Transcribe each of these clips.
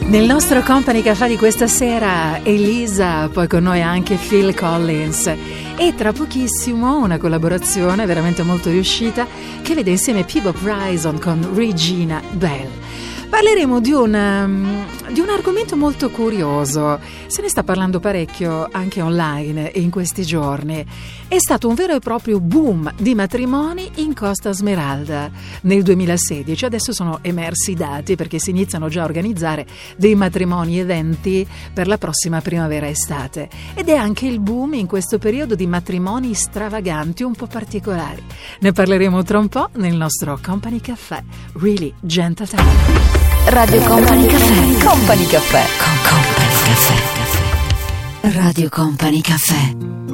Nel nostro Company Café di questa sera Elisa, poi con noi anche Phil Collins e tra pochissimo una collaborazione veramente molto riuscita che vede insieme Peabo Bryson con Regina Belle. Parleremo di un argomento molto curioso, se ne sta parlando parecchio anche online in questi giorni. È stato un vero e proprio boom di matrimoni in Costa Smeralda nel 2016, adesso sono emersi i dati perché si iniziano già a organizzare dei matrimoni eventi per la prossima primavera-estate ed è anche il boom in questo periodo di matrimoni stravaganti un po' particolari. Ne parleremo tra un po' nel nostro Company Café, Really Gentle Time. Radio Company Café. Company Café. Company Café. Radio Company Café.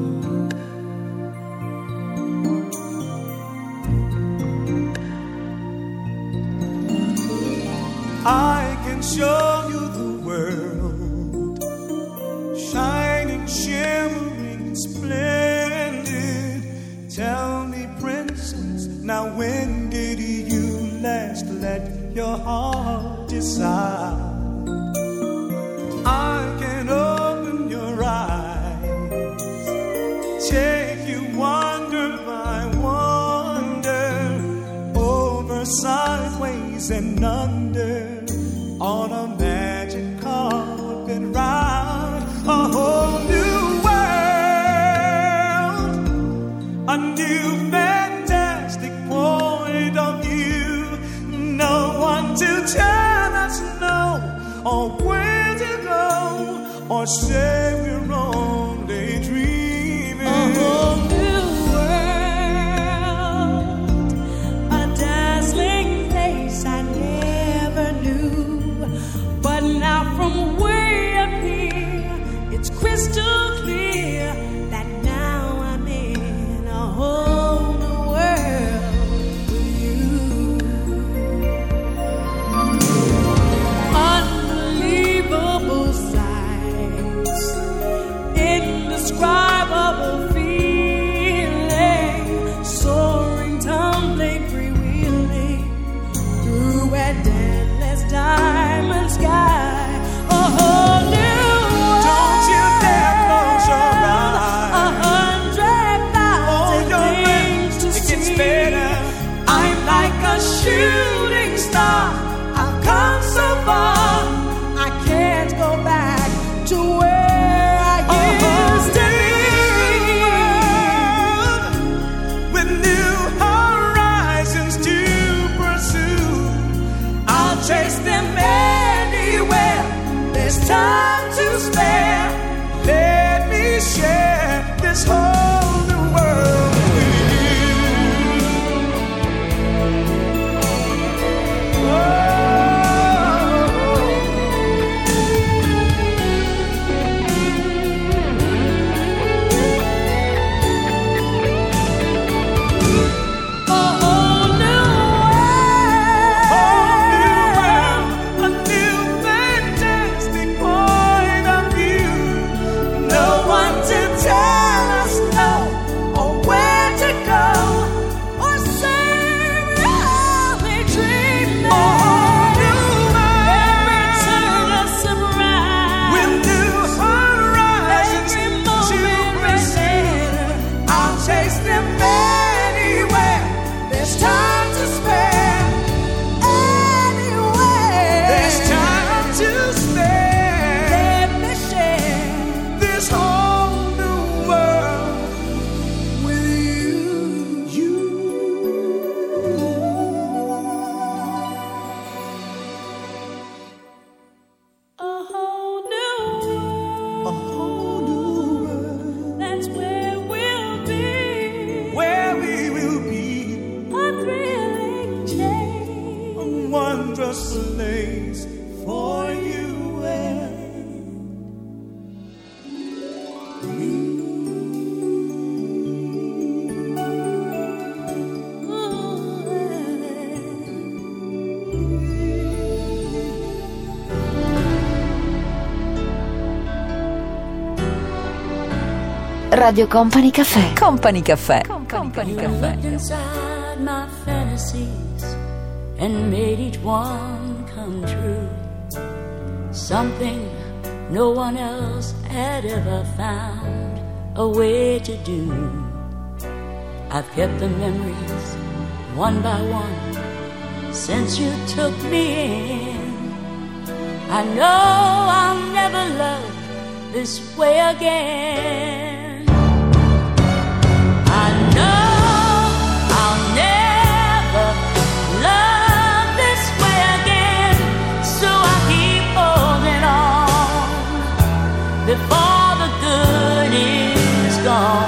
I can show you the world, shining, shimmering, splendid. Tell me, princess, now when did you last let your heart decide? I can open your eyes, take you wonder by wonder, over, sideways, and under, on a magic carpet ride, a whole new world, a new fantastic point of view. No one to tell us no, or where to go, or say we're only dreaming. A whole new world, a dazzling place I never knew. But now from way up here, it's crystal clear that now I'm in a whole new world with you. Unbelievable sights, indescribable feeling, soaring, tumbling, freewheeling through an endless diamond sky. A whole new world. Don't you dare close your eyes. 100,000 things to it gets see. better. I'm like a shooting star. I've come so far. I can't go back to where I used to be. With new horizons to pursue, I'll chase them anywhere. There's time to spare. let me share this whole new world with you. A whole new world. A new fantastic point of view. No one to tell us no, or where to go, or say we're only dreaming. Every turn a surprise. With new horizons Every to moment pursue, I'll chase them anywhere. There's time to spare. Anywhere. there's time to spare. Let me share This whole new world with you. a whole new world. A whole new world That's where we'll be. where we will be. A thrilling change. A wondrous place for you and Radio Company Café. Company Café. Company I looked inside my fantasies and made each one come true. something no one else had ever found a way to do. I've kept the memories one by one since you took me in. I know I'll never love this way again. I know I'll never love this way again, so I keep holding on before the good is gone.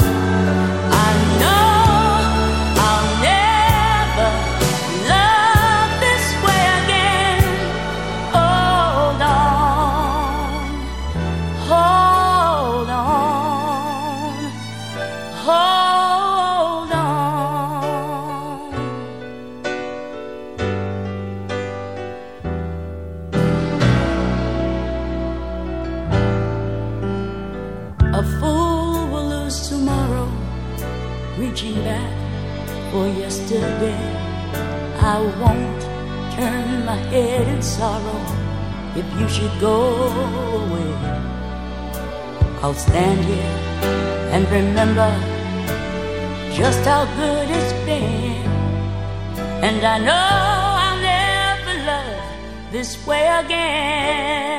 Reaching back for yesterday, I won't turn my head in sorrow if you should go away. I'll stand here and remember just how good it's been, and I know I'll never love this way again.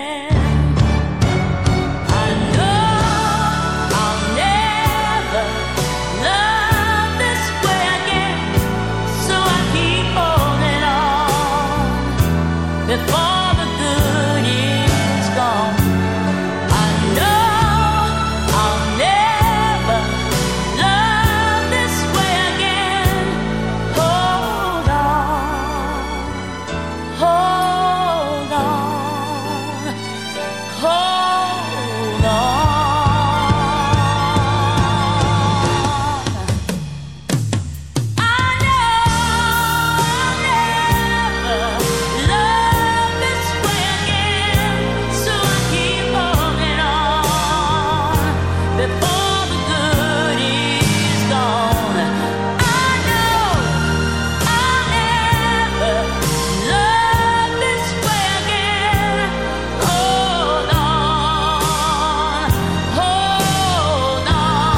Before the good is gone, I know I'll never love this way again. Hold on, hold on, hold on. I know I'll never love this way again, so I keep holding on before the good is gone. I know I'll never love this way again. Hold on, hold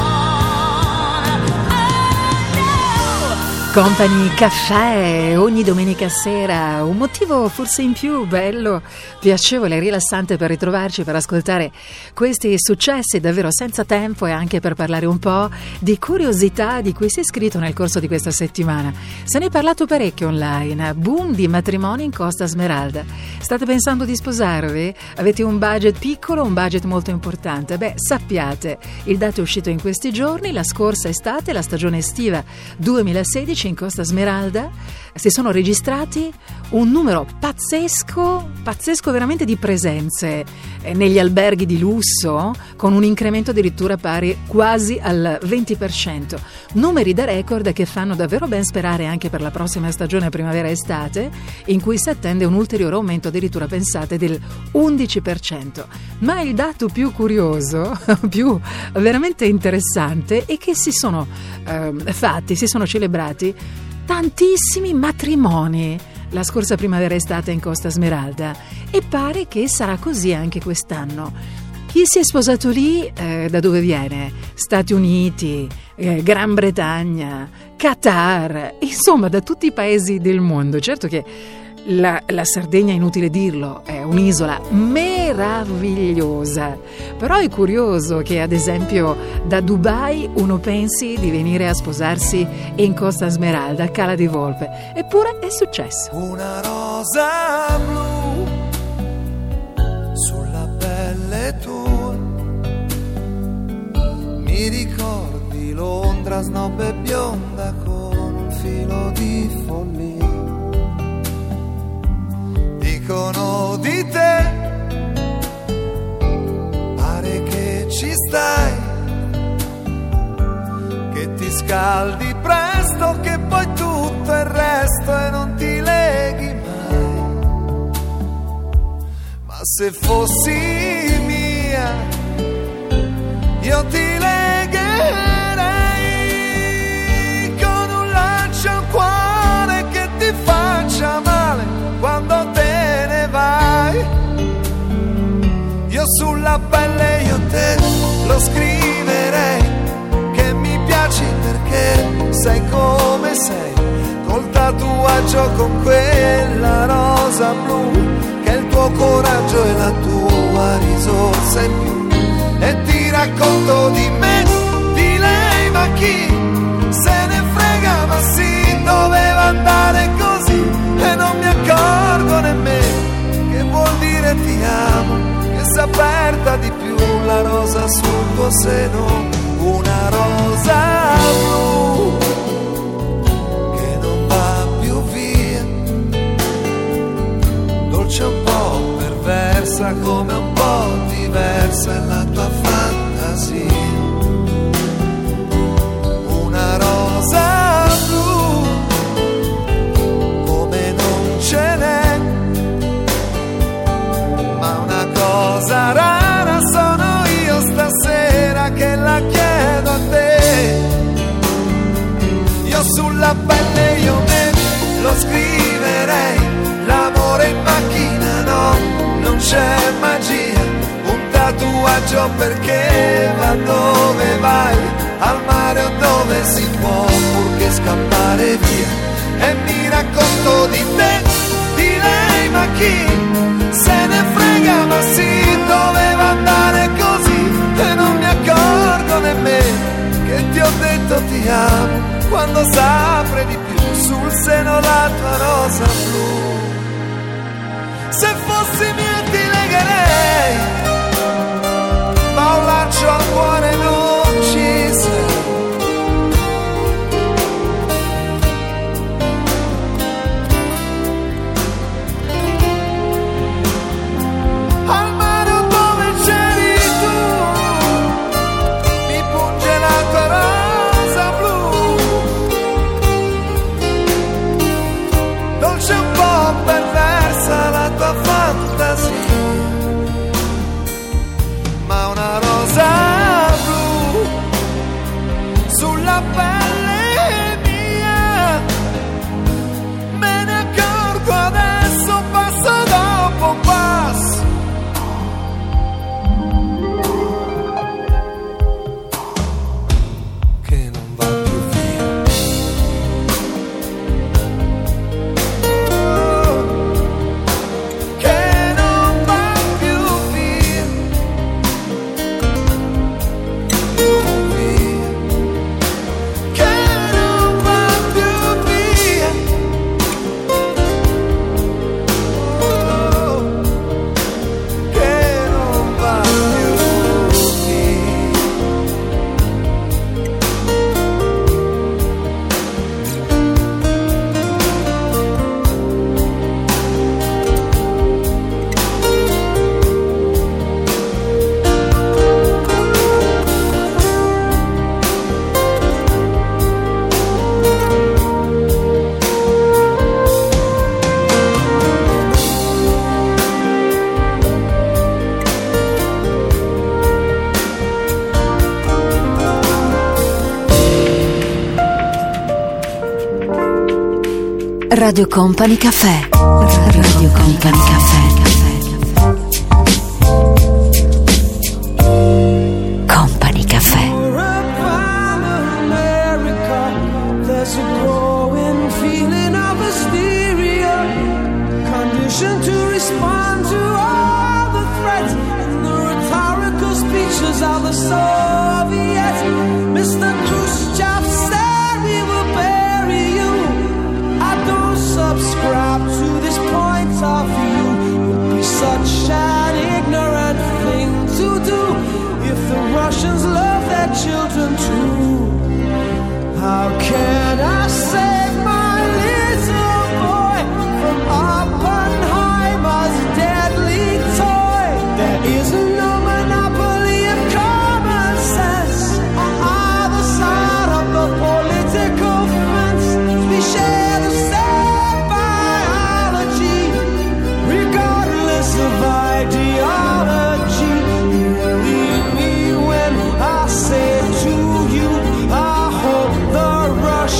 on. I know. Company Caffè, ogni domenica sera, un motivo forse in più bello, piacevole e rilassante per ritrovarci, per ascoltare questi successi davvero senza tempo e anche per parlare un po' di curiosità di cui si è scritto nel corso di questa settimana. Se ne è parlato parecchio online, boom di matrimoni in Costa Smeralda. State pensando di sposarvi? Avete un budget piccolo o un budget molto importante? Beh, sappiate, il dato è uscito in questi giorni, la scorsa estate, la stagione estiva 2016 in Costa Smeralda, si sono registrati un numero pazzesco veramente di presenze negli alberghi di lusso, con un incremento addirittura pari quasi al 20%. Numeri da record che fanno davvero ben sperare anche per la prossima stagione primavera-estate, in cui si attende un ulteriore aumento, addirittura pensate del 11%. Ma il dato più curioso, più veramente interessante, è che si sono celebrati tantissimi matrimoni la scorsa primavera-estate in Costa Smeralda, e pare che sarà così anche quest'anno. Chi si è sposato lì, da dove viene? Stati Uniti, Gran Bretagna, Qatar, insomma da tutti i paesi del mondo. Certo che la Sardegna, inutile dirlo, è un'isola meravigliosa, però è curioso che ad esempio da Dubai uno pensi di venire a sposarsi in Costa Smeralda, a Cala di Volpe, eppure è successo. Una rosa blu sulla pelle tua, mi ricordi Londra snob e bionda con un filo di follia. Dicono di te, pare che ci stai, che ti scaldi presto, che poi tutto il resto e non ti leghi mai. Ma se fossi mia, io ti legherei con un lancio al cuore che ti faccia male quando te ne vai. forse aperta di più la rosa sul tuo seno, una rosa blu che non va più via, dolce un po' perversa come un po' diversa è la tua fantasia, una rosa blu come non ce n'è, ma una cosa rara sono io stasera che la chiedo a te. Io sulla pelle io me lo scriverei, l'amore in macchina no, non c'è magia, un tatuaggio perché va dove vai, al mare o dove si può, purché scappare via. E mi racconto di te, di lei, ma chi se ne frega, ma sì, doveva andare così e non mi accorgo nemmeno che ti ho detto ti amo, quando s'apre di più sul seno la tua rosa blu. Se fossi mia ti legherei, ma un laccio al cuore non ci sei. Al mare dove c'eri tu, mi punge la tua rosa blu, dolce un po' perversa la tua fantasia, ma una rosa blu sulla pelle mia, me ne accorgo adesso, passo dopo passo, che non va più via. Che non va più via, via. Che non va più via, che non va più Radio Company Cafè. Radio Company Cafè. Company Cafè. There's a growing feeling of hysteria, conditioned to respond to all the threats and the rhetorical speeches of the Soviets. Mr. Khrushchev said we will bury you. I don't subscribe to this point of view. It would be such an ignorant thing to do if the Russians love their children too. How can I save my little boy from Oppenheimer's deadly toy? There is no monopoly of common sense on either side of the political fence. We share the same biology, regardless of ideology. Believe me when I say to you, I hope the Russians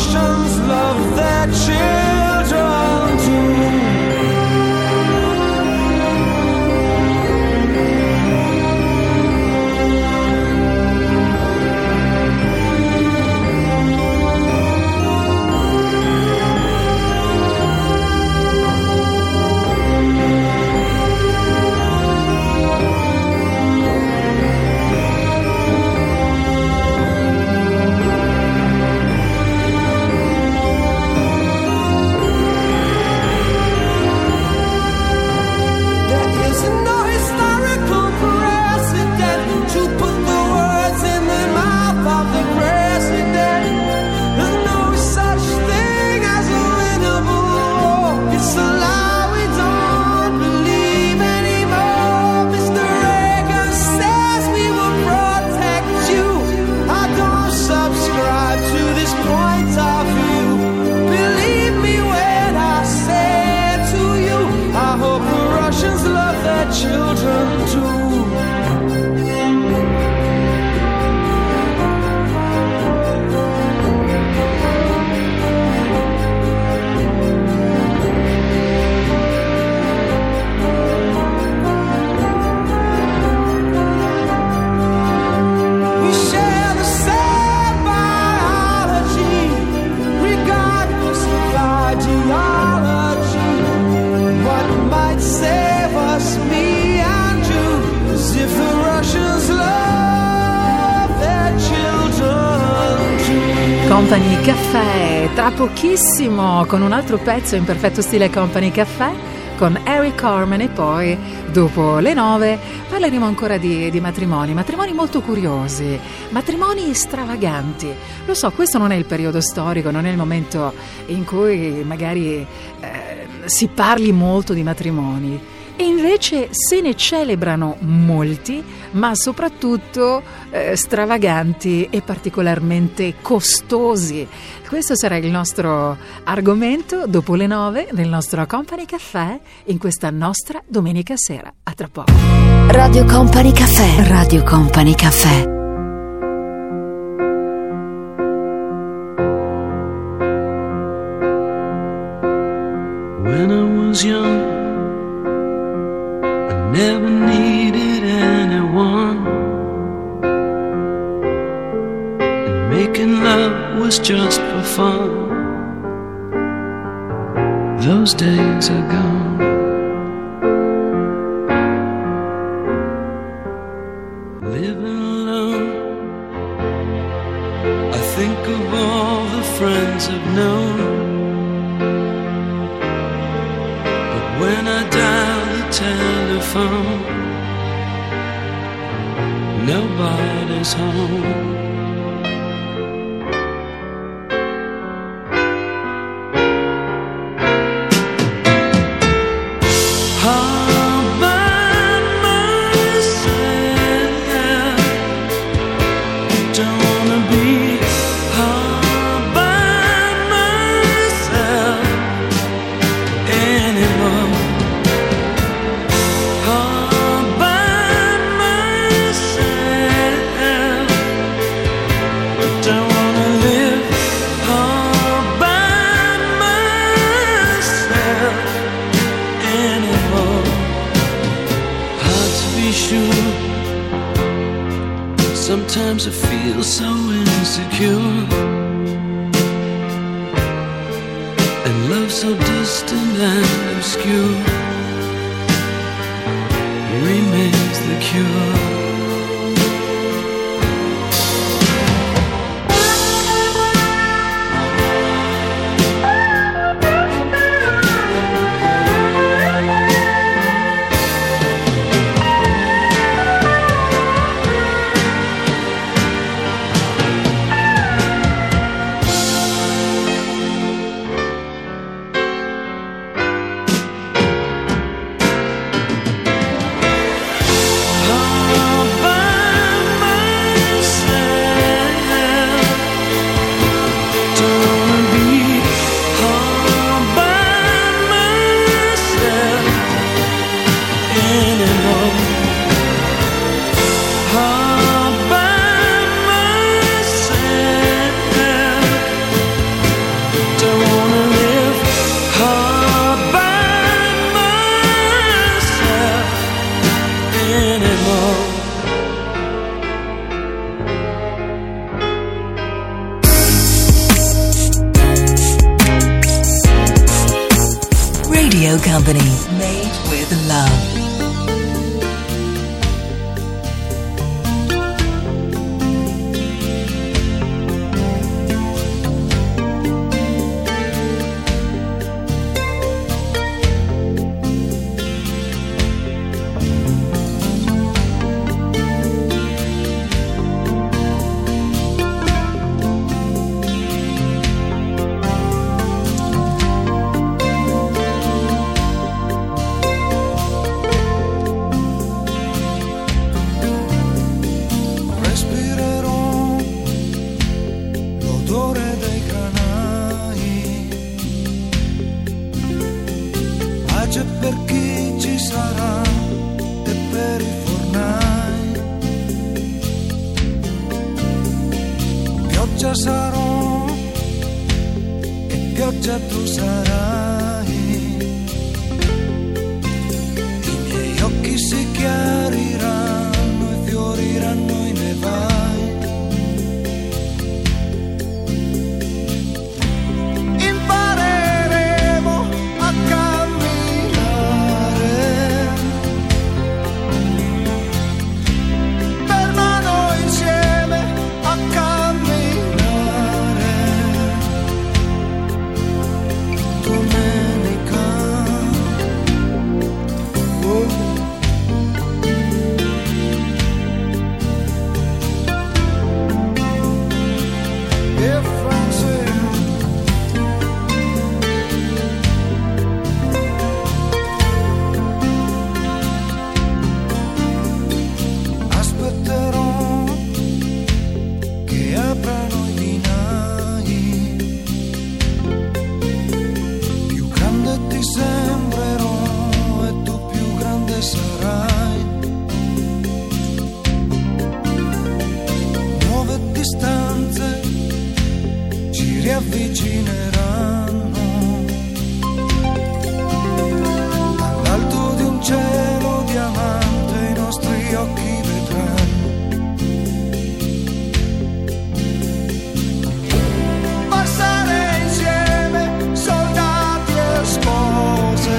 Company Café, tra pochissimo con un altro pezzo in perfetto stile Company Café con Eric Carmen, e poi dopo le 9 parleremo ancora di matrimoni molto curiosi, matrimoni stravaganti. Lo so, questo non è il periodo storico, non è il momento in cui magari si parli molto di matrimoni, e invece se ne celebrano molti, ma soprattutto stravaganti e particolarmente costosi. Questo sarà il nostro argomento dopo le 9 nel nostro Company Café in questa nostra domenica sera. A tra poco. Radio Company Café. Radio Company Café. When I was young, I never needed anyone, and making love was just for fun. Those days are gone. Living alone, I think of all the friends I've known. When I dial the telephone, nobody's home. All by myself, don't wanna be all by myself anymore. All by myself, don't wanna live all by myself anymore. Hard to be sure, sometimes I feel so insecure, and love so distant and obscure remains the cure. Radio Company. Made with love. Per mano insieme a camminare. aprono i binari, più grande ti sembrerò e tu più grande sarai. Nuove distanze ci riavvicineranno all'alto di un cielo diamante, i nostri occhi vedranno. Passare insieme, soldati e spose,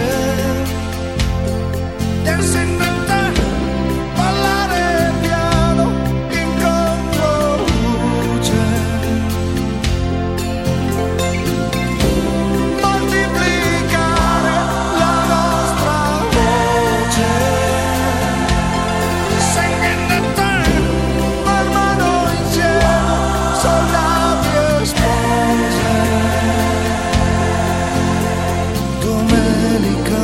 dancing the time, ballare piano in controluce, moltiplicare la nostra voce, singing the time, man mano insieme, soldati e spose. Domenica,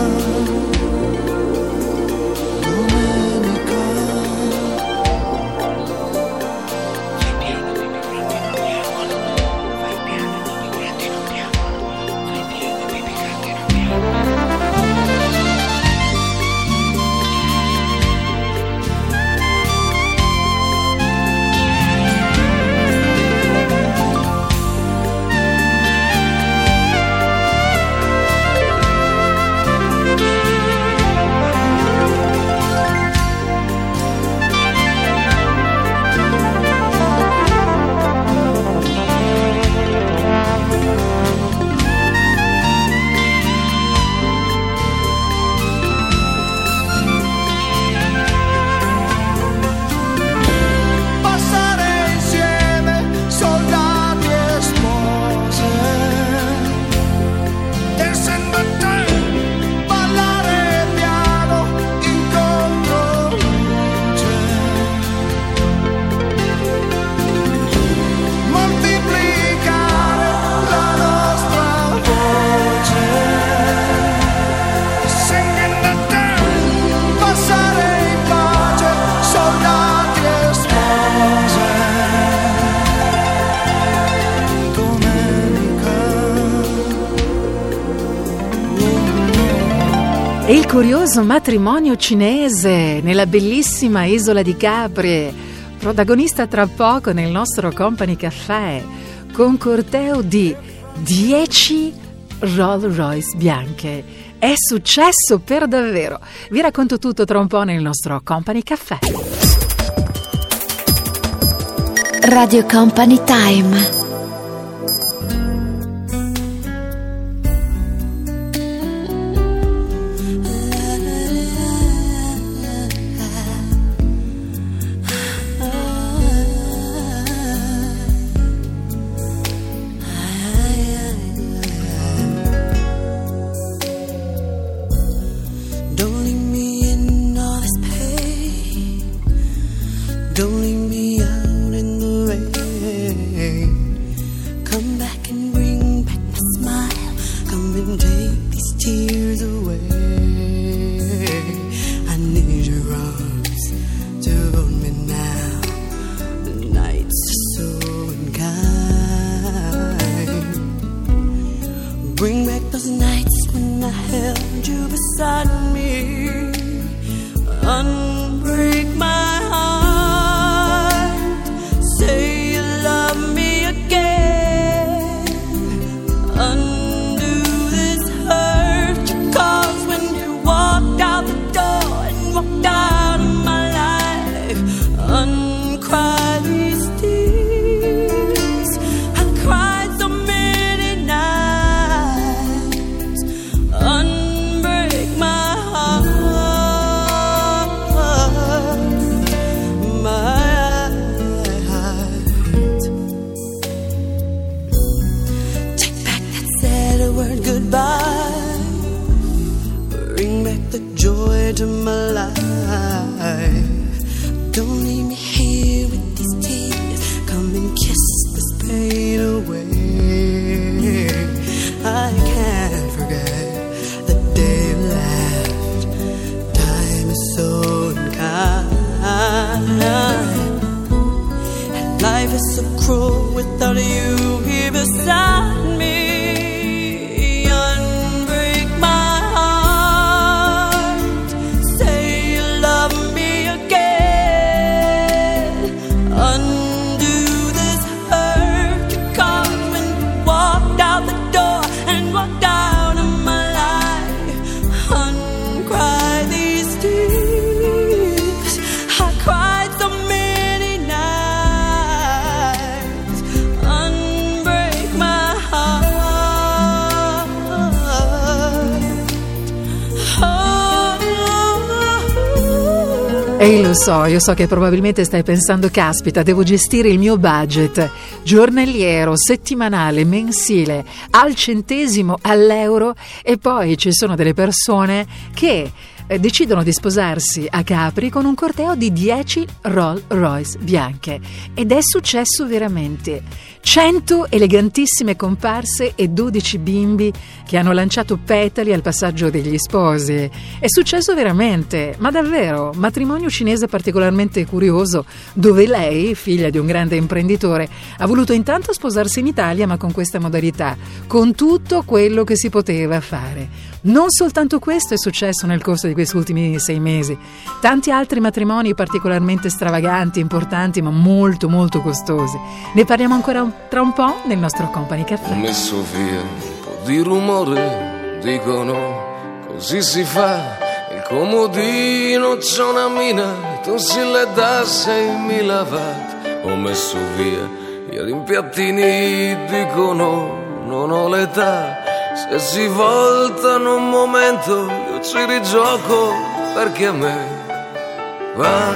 domenica. Passare insieme, soldati e spose, dancing the time, ballare piano in controluce, moltiplicare la nostra voce, singing the time, passare in pace, soldati e spose. Domenica. E il curioso matrimonio cinese nella bellissima isola di Capri, protagonista tra poco nel nostro Company Café, con corteo di 10 Rolls Royce bianche. È successo per davvero. Vi racconto tutto tra un po' nel nostro Company Café. Radio Company Time. Don't leave me in all this pain. Don't leave me out in the rain. Come back and bring back my smile. Come and take these tears away. I need your arms to hold me now. The nights are so unkind. Bring back those nights when I held you beside me. Unbreak my heart. Say you love me again. Undo this hurt you caused when you walked out the door and walked out of my life. Uncry these tears. I've cried so many nights. Unbreak my heart. Take back that sad word goodbye. Bring back the joy to my life. Don't leave me here with these tears. Come and kiss this pain away. I can't forget the day you left. Time is so unkind, and life is so cruel without you here beside me. Unbreak my heart, say you love me again. Undo this hurt you caused when you walked out the door and walked out of my life. Uncry these tears I cried so many nights. Unbreak my heart. E lo so, io so che probabilmente stai pensando, caspita, devo gestire il mio budget giornaliero, settimanale, mensile, al centesimo, all'euro, e poi ci sono delle persone che decidono di sposarsi a Capri con un corteo di 10 Rolls Royce bianche. Ed è successo veramente. 100 elegantissime comparse e 12 bimbi che hanno lanciato petali al passaggio degli sposi. È successo veramente, ma davvero, matrimonio cinese particolarmente curioso, dove lei, figlia di un grande imprenditore, ha voluto intanto sposarsi in Italia, ma con questa modalità, con tutto quello che si poteva fare. Non soltanto questo è successo nel corso di questi ultimi 6 mesi. Tanti altri matrimoni particolarmente stravaganti, importanti, ma molto molto costosi. Ne parliamo ancora tra un po' nel nostro Company Café. Ho messo via un po' di rumore, dicono così si fa. Il comodino c'è una mina, tu si le da 6.000 watt. Ho messo via i rimpiattini, dicono non ho l'età. Se si voltano un momento io ci rigioco, perché a me va.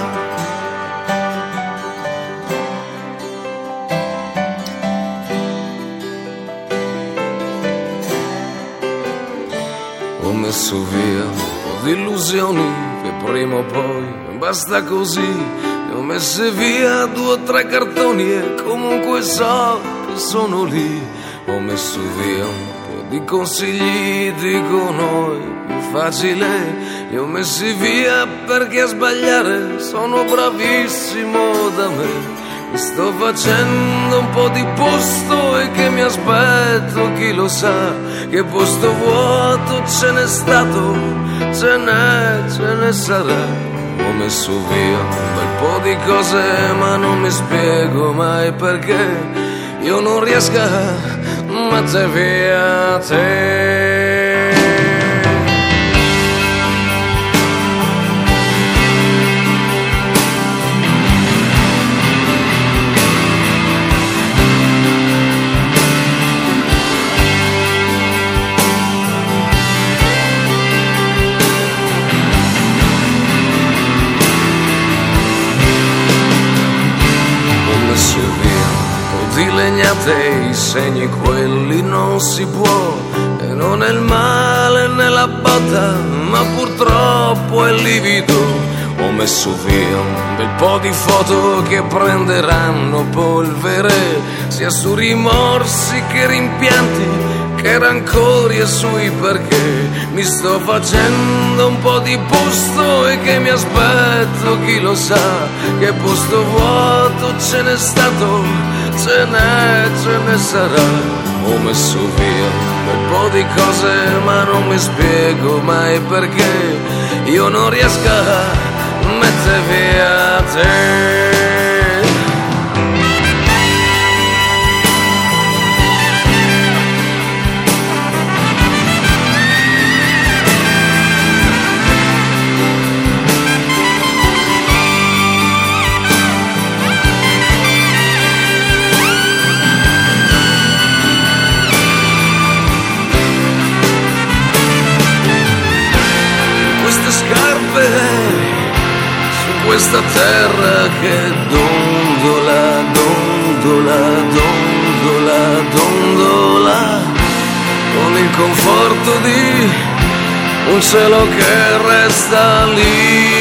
Ho messo via un po' di illusioni che prima o poi basta così. Ne ho messe via 2 o 3 cartoni e comunque so che sono lì. Ho messo via un di consigli, dicono è più facile. Li ho messi via perché a sbagliare sono bravissimo da me. Mi sto facendo un po' di posto e che mi aspetto, chi lo sa, che posto vuoto ce n'è stato, ce ne sarà. Ho messo via un bel po' di cose ma non mi spiego mai perché io non riesco a mettere via te. Ho messo via di legnate, i segni quelli non si può, e non è il male nella botta, ma purtroppo è livido. Ho messo via un bel po' di foto che prenderanno polvere, sia su rimorsi che rimpianti, che rancori e sui perché. Mi sto facendo un po' di posto e che mi aspetto, chi lo sa, che posto vuoto ce n'è stato, ce ne sarà. Ho messo via un bel po' di cose ma non mi spiego mai perché io non riesco a mettere via te. Scarpe su questa terra che dondola, dondola, dondola, dondola, con il conforto di un cielo che resta lì.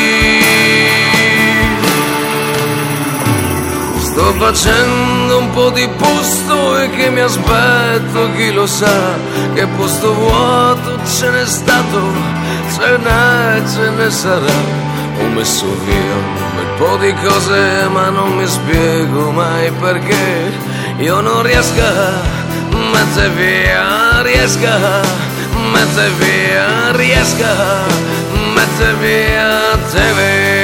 Sto facendo un po' di posto e che mi aspetto, chi lo sa, che posto vuoto ce n'è stato, ce ne sarà. Ho messo via un po' di cose ma non mi spiego mai perché io non riesco a mettere via, riesco a mettere via, riesco a mettere via te.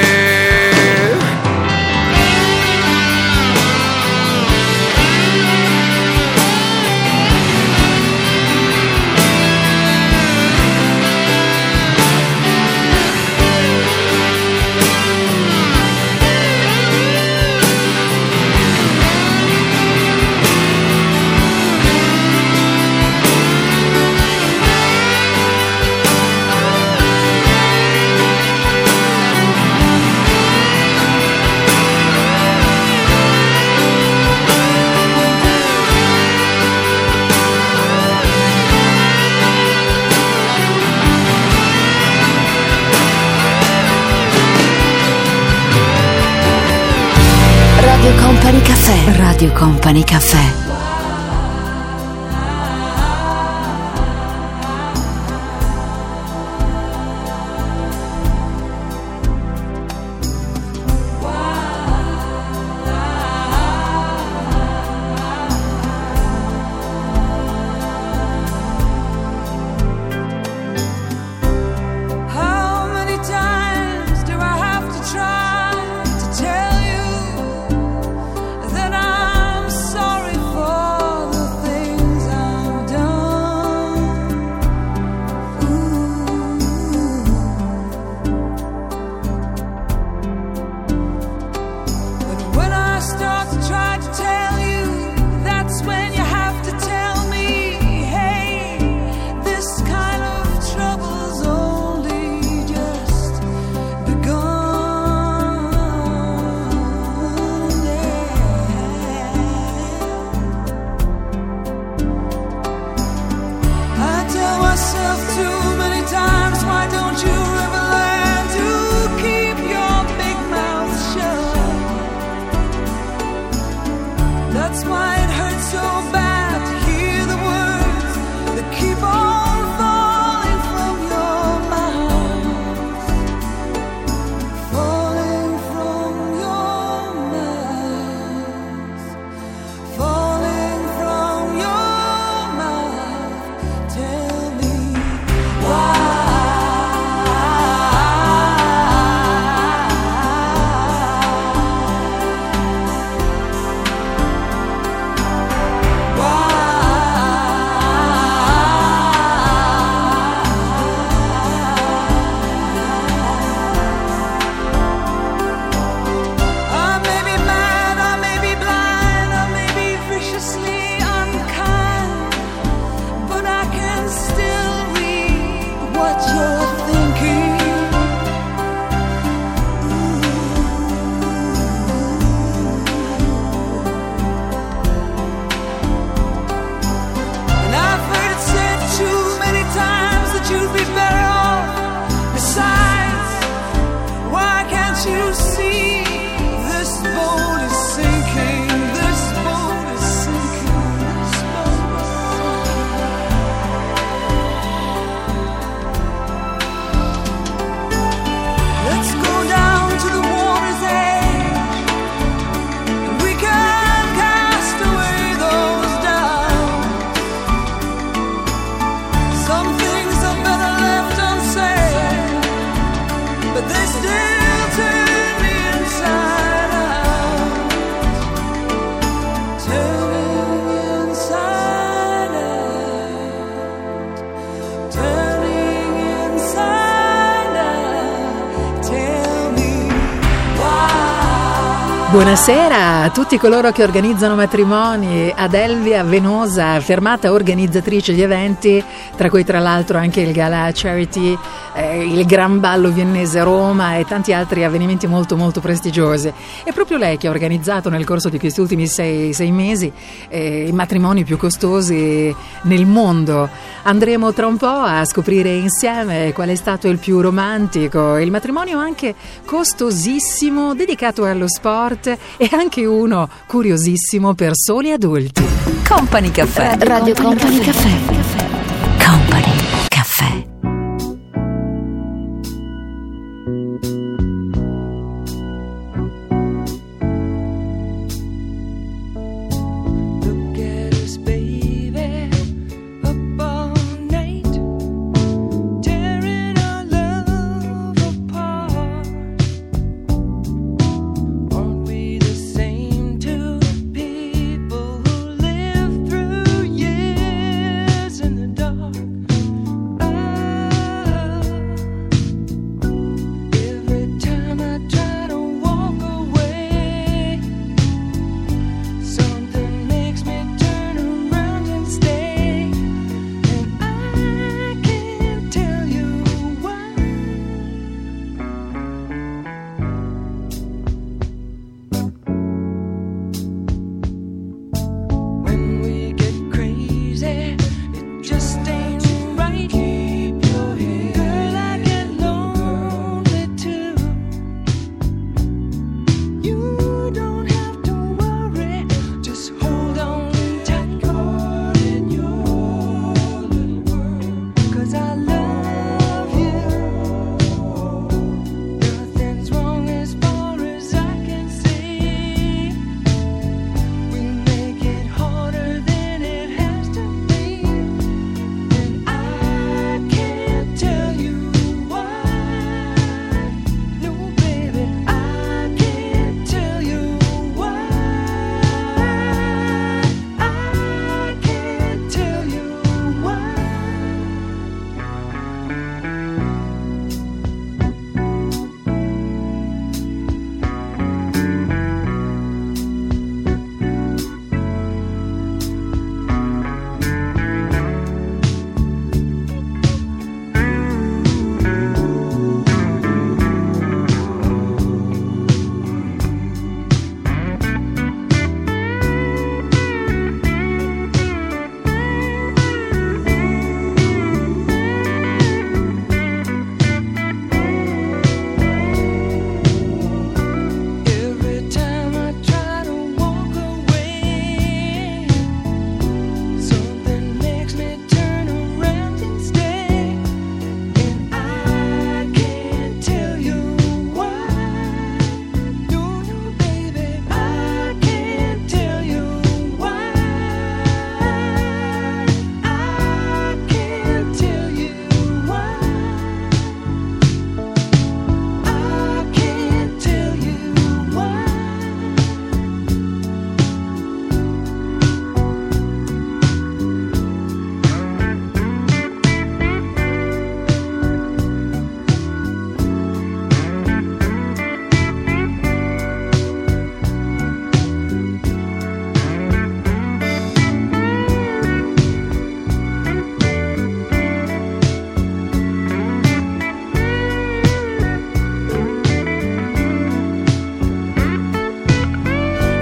Radio Company Cafè. Radio Company Cafè. Buonasera a tutti coloro che organizzano matrimoni, ad Elvia Venosa, fermata organizzatrice di eventi, tra cui tra l'altro anche il Gala Charity, il Gran Ballo Viennese a Roma e tanti altri avvenimenti molto molto prestigiosi. È proprio lei che ha organizzato nel corso di questi ultimi sei mesi i matrimoni più costosi nel mondo. Andremo tra un po' a scoprire insieme qual è stato il più romantico, il matrimonio anche costosissimo dedicato allo sport e anche uno curiosissimo per soli adulti. Company Cafè. Radio Company Cafè. Company Cafè.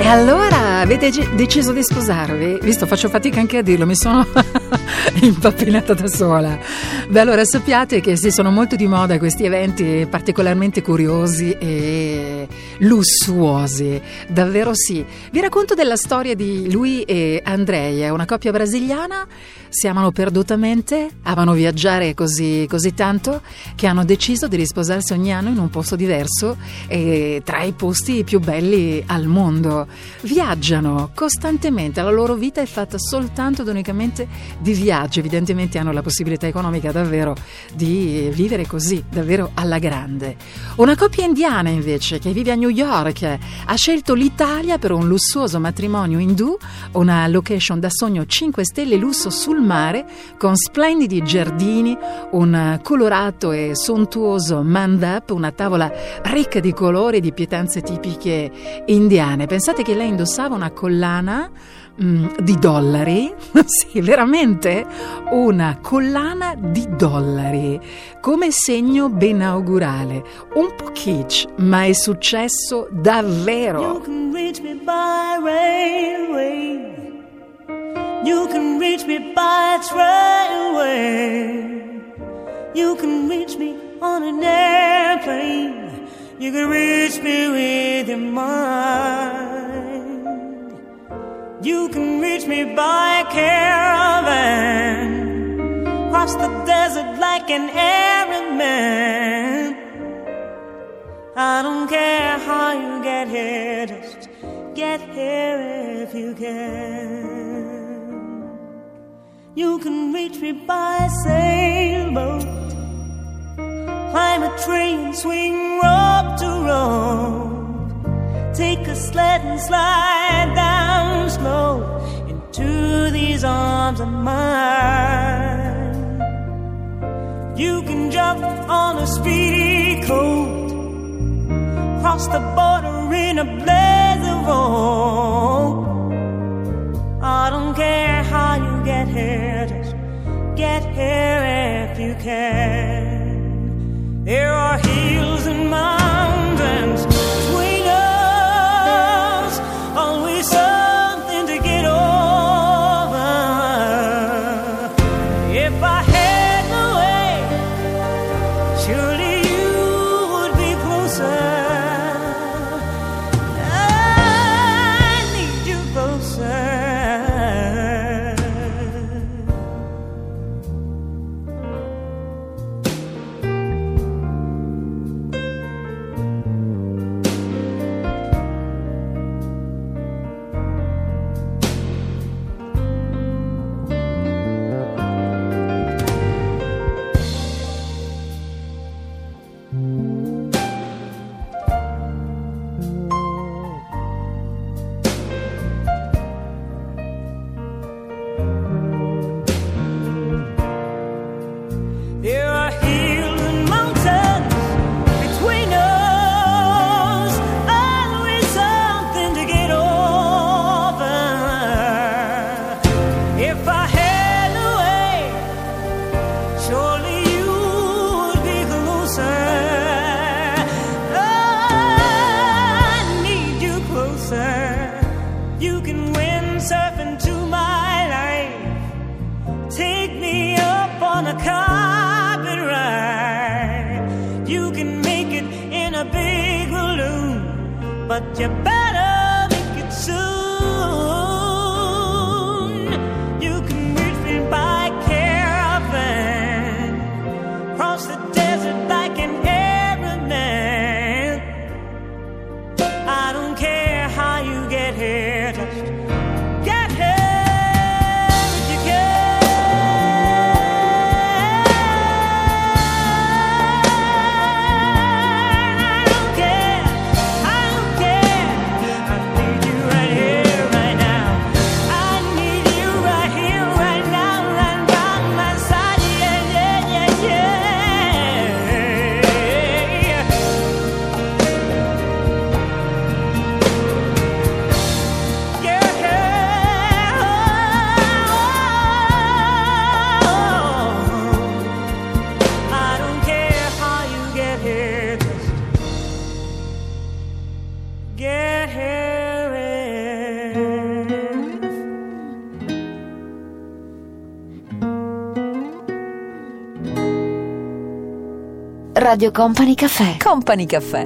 E allora avete deciso di sposarvi? Visto, faccio fatica anche a dirlo, mi sono impappinata da sola. Beh, allora sappiate che si sono molto di moda questi eventi particolarmente curiosi e lussuosi, davvero sì. Vi racconto della storia di lui e Andrea, una coppia brasiliana. Si amano perdutamente, amano viaggiare così tanto che hanno deciso di risposarsi ogni anno in un posto diverso e tra i posti più belli al mondo. Viaggiano costantemente, la loro vita è fatta soltanto ed unicamente di viaggi. Evidentemente hanno la possibilità economica davvero di vivere così, davvero alla grande. Una coppia indiana invece che vive a New York ha scelto l'Italia per un lussuoso matrimonio indù, una location da sogno 5 stelle lusso sul mare con splendidi giardini, un colorato e sontuoso mandap, una tavola ricca di colori e di pietanze tipiche indiane. Pensate che lei indossava una collana di dollari, sì, veramente una collana di dollari come segno benaugurale, un po' kitsch, ma è successo davvero. You can reach me by railway, you can reach me by trailway, you can reach me on an airplane, you can reach me with your mind. You can reach me by caravan, cross the desert like an Arab man. I don't care how you get here, just get here if you can. You can reach me by sailboat, climb a train, swing rope to rope, take a sled and slide down slow into these arms of mine. You can jump on a speedy coat, cross the border in a blaze of hope. I don't care how you get here, just get here if you can. There are hills and mountains between us, always something to get over. If I had my way, surely you would be closer. I need you closer. There are hills and mountains between us, always something to get over. If I had a way, surely you would be closer. I need you closer. You can windsurf into my life, take me up on a carpet ride. You can make it in a big balloon, but you better make it soon. You can reach me by caravan, cross the desert like an Arab man. I don't care how you get here, just get here if you can. I don't care, I don't care, Radio Company Cafè. Company Cafè.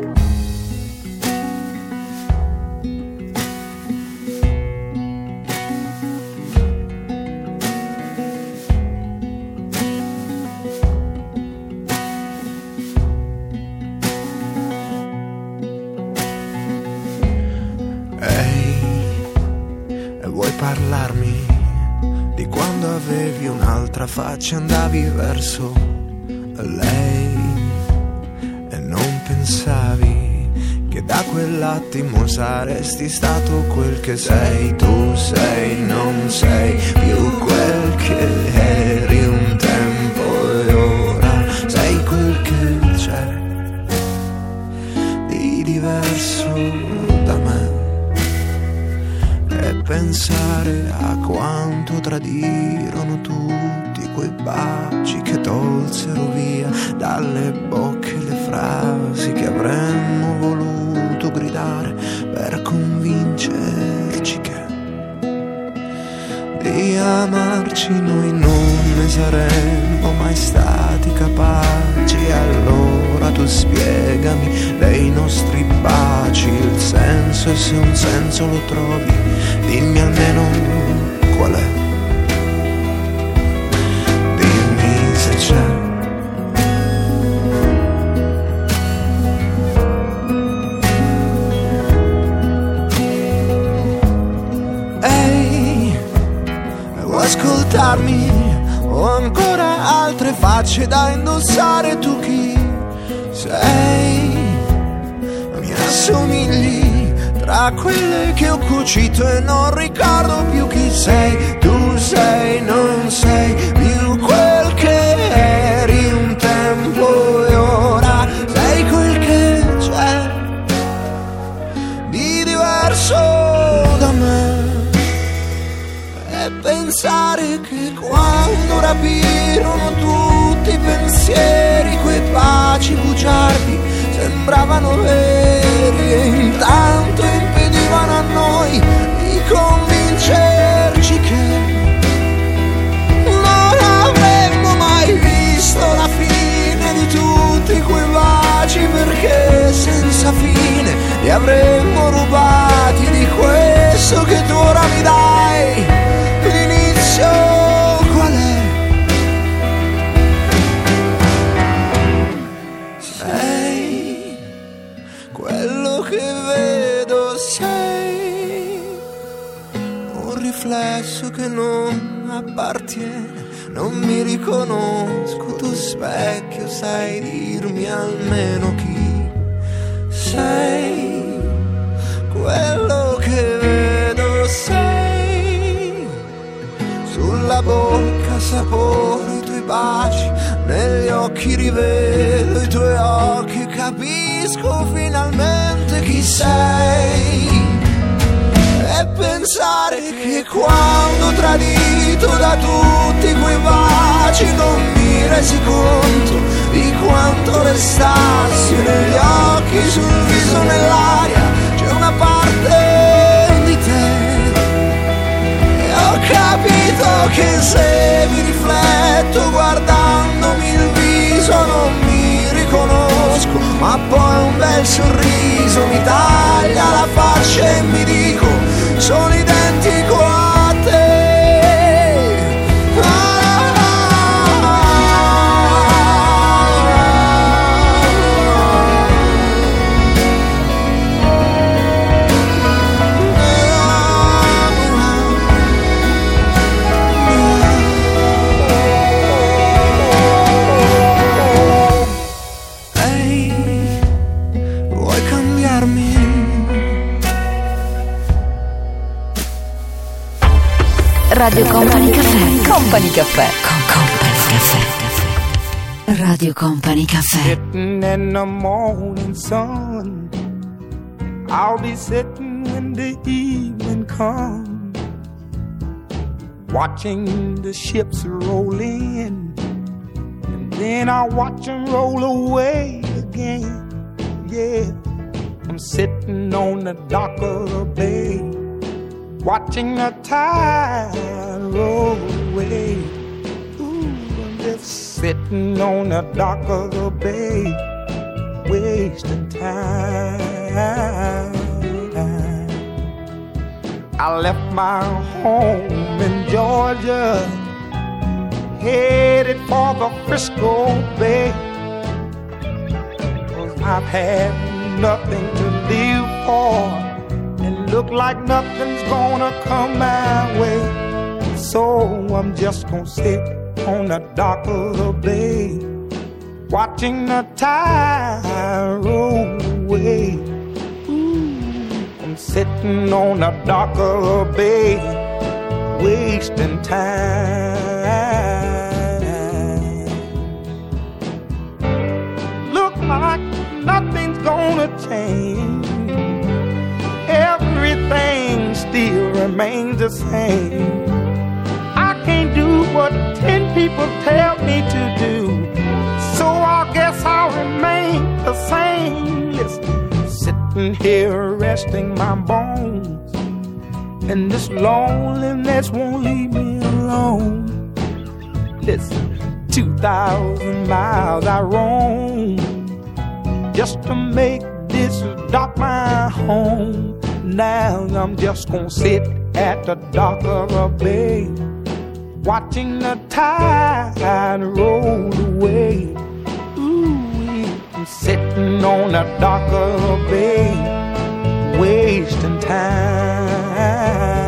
Vuoi parlarmi di quando avevi un'altra faccia, andavi verso lei e non pensavi che da quell'attimo saresti stato quel che sei. Tu sei, non sei più quel che eri un tempo e ora sei quel che c'è di diverso da me. E pensare a quanto tradirono tutti quei baci che tolsero via dalle bocche le frasi che avremmo voluto gridare per convincerci che di amarci noi non ne saremmo mai stati capaci. Allora tu spiegami dei nostri baci il senso, e se un senso lo trovi dimmi almeno qual è. Dimmi se c'è. Ehi, vuoi ascoltarmi? Ho ancora altre facce da indossare. Tu chi sei? Mi assomigli tra quelle che ho cucito e non ricordo più chi sei. Tu sei, non sei più quel che eri un tempo e ora sei quel che c'è di diverso da me. E pensare che quando rapirono tutti i pensieri, quei baci bugiardi sembravano veri e intanto impedivano a noi di convincerci che non avremmo mai visto la fine di tutti quei baci, perché senza fine li avremmo rubati di questo che tu ora mi dai. L'inizio qual è? Sei quello che vedo, sei un riflesso che non appartiene, non mi riconosco. Tu specchio sai dirmi almeno chi sei, quello che vedo sei, sulla bocca sapore i tuoi baci, negli occhi rivelo i tuoi occhi, capisco finalmente chi sei. E pensare che quando tradito da tutti quei baci non mi resi conto di quanto restassi negli occhi, sul viso, nell'aria, c'è una parte di te. E ho capito che se mi rifletto guardandomi il viso non mi riconosco, ma poi un bel sorriso mi taglia la faccia e mi dico sono identico a te. Radio Company Cafè. Company Cafè. Company Cafè. Radio Company Cafè. Sitting in the morning sun, I'll be sitting when the evening comes, watching the ships roll in, and then I'll watch them roll away again. Yeah, I'm sitting on the dock of the bay, watching the tide roll away. Ooh, I'm just sitting on the dock of the bay, wasting time. I left my home in Georgia, headed for the Frisco Bay, 'cause I've had nothing to live for, and look like nothing's gonna come my way. So I'm just gonna sit on the dock of the bay, watching the tide roll away. I'm sitting on the dock of the bay, wasting time. Look like nothing's gonna change, everything still remains the same. I can't do what 10 people tell me to do, so I guess I'll remain the same. Listen, sitting here resting my bones, and this loneliness won't leave me alone. Listen, 2,000 miles I roam just to make this dock my home. Now I'm just gonna sit at the dock of a bay, watching the tide roll away. Ooh, I'm sitting on the dock of a bay, wasting time.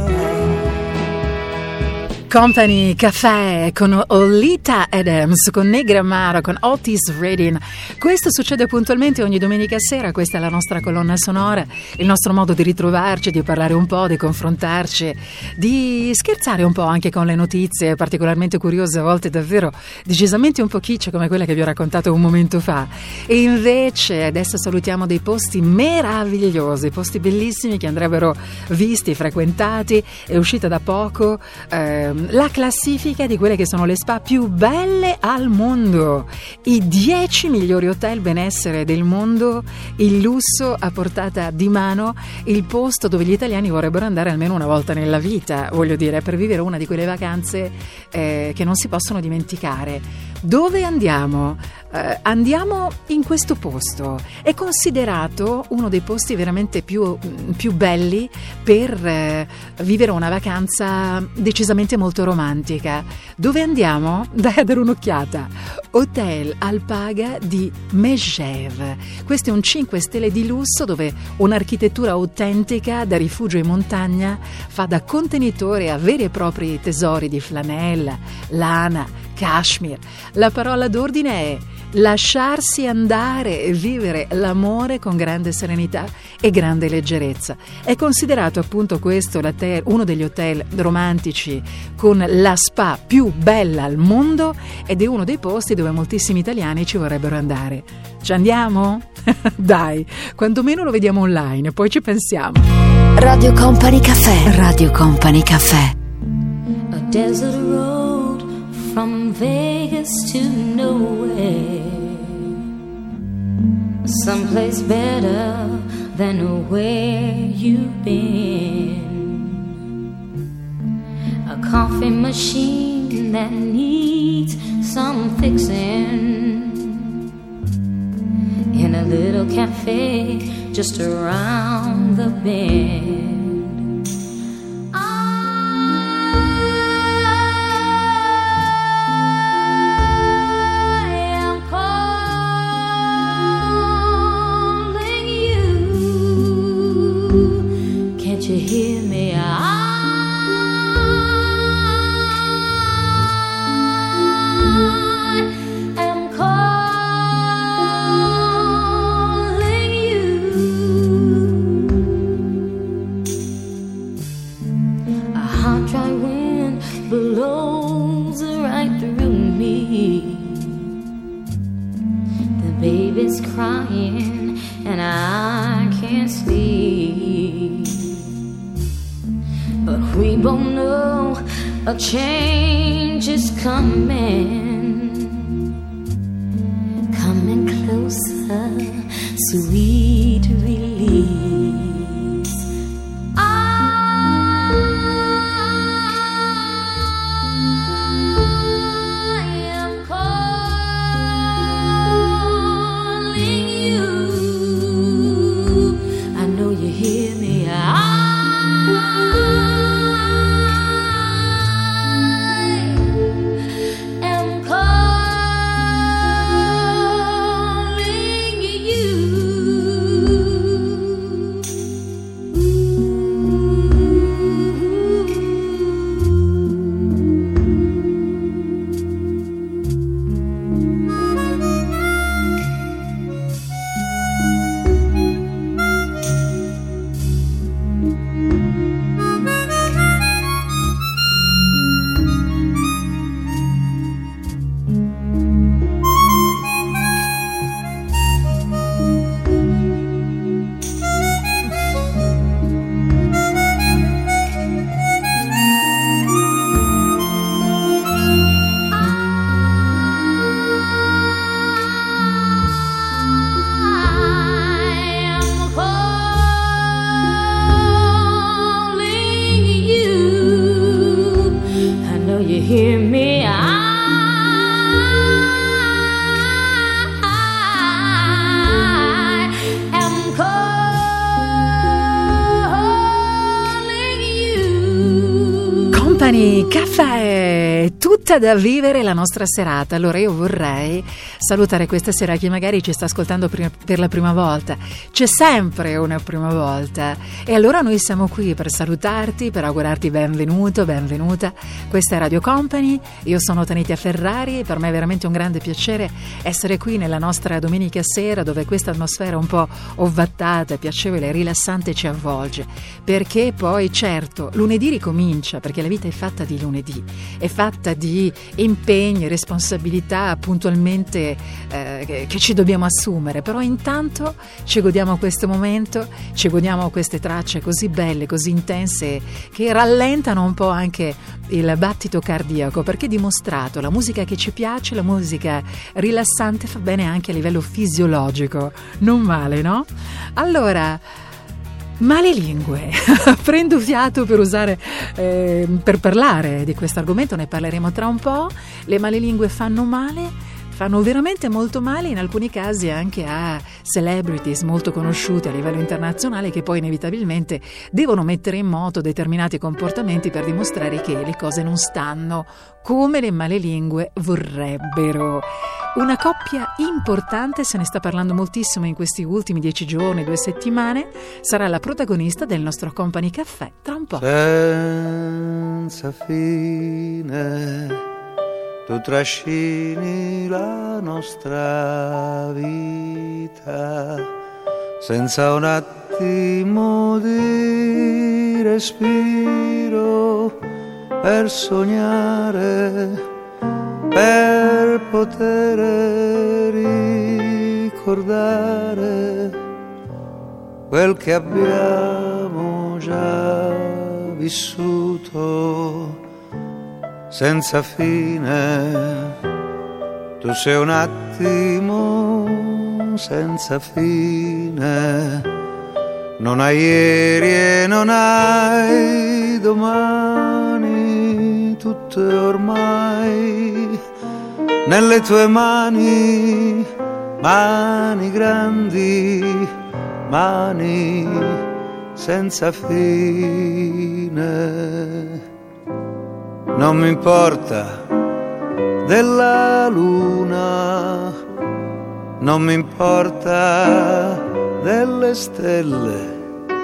Company Café con Olita Adams, con Negra Amaro, con Otis Redding. Questo succede puntualmente ogni domenica sera. Questa è la nostra colonna sonora, il nostro modo di ritrovarci, di parlare un po', di confrontarci, di scherzare un po' anche con le notizie particolarmente curiose, a volte davvero decisamente un po' kitsch, come quella che vi ho raccontato un momento fa. E invece adesso salutiamo dei posti meravigliosi, posti bellissimi che andrebbero visti, frequentati. È uscita da poco la classifica di quelle che sono le spa più belle al mondo, i 10 migliori hotel benessere del mondo, il lusso a portata di mano, il posto dove gli italiani vorrebbero andare almeno una volta nella vita, voglio dire, per vivere una di quelle vacanze che non si possono dimenticare. Dove andiamo? Andiamo in questo posto. È considerato uno dei posti veramente più belli per vivere una vacanza decisamente molto romantica. Dove andiamo? Dai a dare un'occhiata. Hotel Alpaga di Megève. Questo è un 5 stelle di lusso dove un'architettura autentica da rifugio in montagna fa da contenitore a veri e propri tesori di flanella, lana, cashmere. La parola d'ordine è lasciarsi andare e vivere l'amore con grande serenità e grande leggerezza. È considerato appunto questo uno degli hotel romantici con la spa più bella al mondo ed è uno dei posti dove moltissimi italiani ci vorrebbero andare. Ci andiamo? Dai, quantomeno lo vediamo online e poi ci pensiamo. Radio Company Café. Radio Company Café. A desert road from Vegas to nowhere, someplace better than where you've been. A coffee machine that needs some fixing, in a little cafe just around the bend. You hear me? I am calling you. A hot, dry wind blows right through me. The baby's crying and I can't sleep. But we both know a change is coming, coming closer, sweet release. I am calling hear me? I am calling you. Company Caffè, tutta da vivere la nostra serata. Allora io vorrei salutare questa sera chi magari ci sta ascoltando per la prima volta. C'è sempre una prima volta e allora noi siamo qui per salutarti, per augurarti benvenuto, benvenuta. Questa è Radio Company, io sono Tanitia Ferrari e per me è veramente un grande piacere essere qui nella nostra domenica sera, dove questa atmosfera un po' ovattata, piacevole e rilassante ci avvolge, perché poi certo lunedì ricomincia, perché la vita è fatta di lunedì, è fatta di impegni, responsabilità puntualmente che ci dobbiamo assumere, però intanto ci godiamo questo momento, ci godiamo queste tracce così belle, così intense, che rallentano un po' anche il battito cardiaco, perché è dimostrato, la musica che ci piace, la musica rilassante fa bene anche a livello fisiologico, non male, no? Allora, male lingue, prendo fiato per usare, per parlare di questo argomento, ne parleremo tra un po'. Le male lingue fanno male, fanno veramente molto male, in alcuni casi anche a celebrities molto conosciute a livello internazionale, che poi inevitabilmente devono mettere in moto determinati comportamenti per dimostrare che le cose non stanno come le male lingue vorrebbero. Una coppia importante, se ne sta parlando moltissimo in questi ultimi 10 giorni, 2 settimane, sarà la protagonista del nostro Company Caffè tra un po'. Senza fine tu trascini la nostra vita, senza un attimo di respiro, per sognare, per poter ricordare quel che abbiamo già vissuto. Senza fine, tu sei un attimo senza fine, non hai ieri e non hai domani, tutto è ormai nelle tue mani, mani grandi, mani senza fine. Non mi importa della luna, non mi importa delle stelle,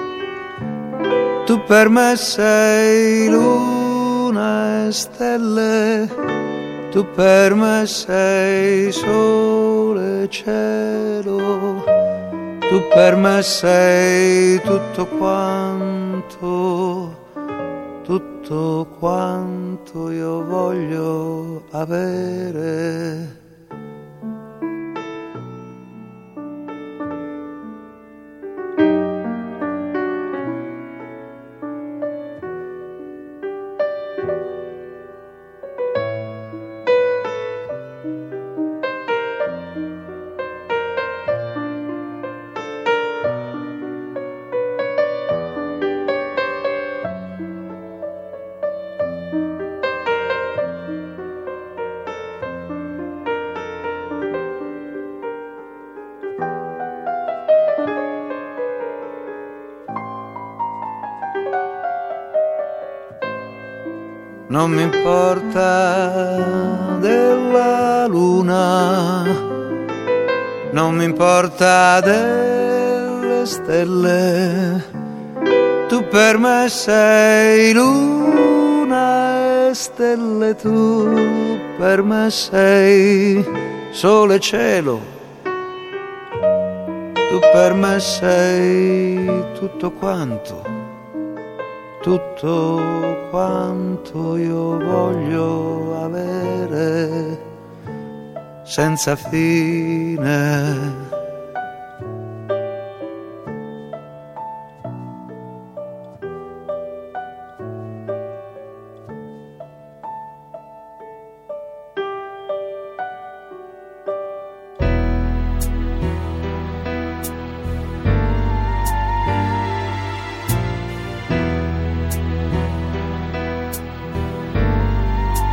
tu per me sei luna e stelle, tu per me sei sole e cielo, tu per me sei tutto quanto, tutto quanto io voglio avere. Non mi importa della luna, non mi importa delle stelle, tu per me sei luna e stelle, tu per me sei sole e cielo, tu per me sei tutto quanto, tutto quanto io voglio avere, senza fine.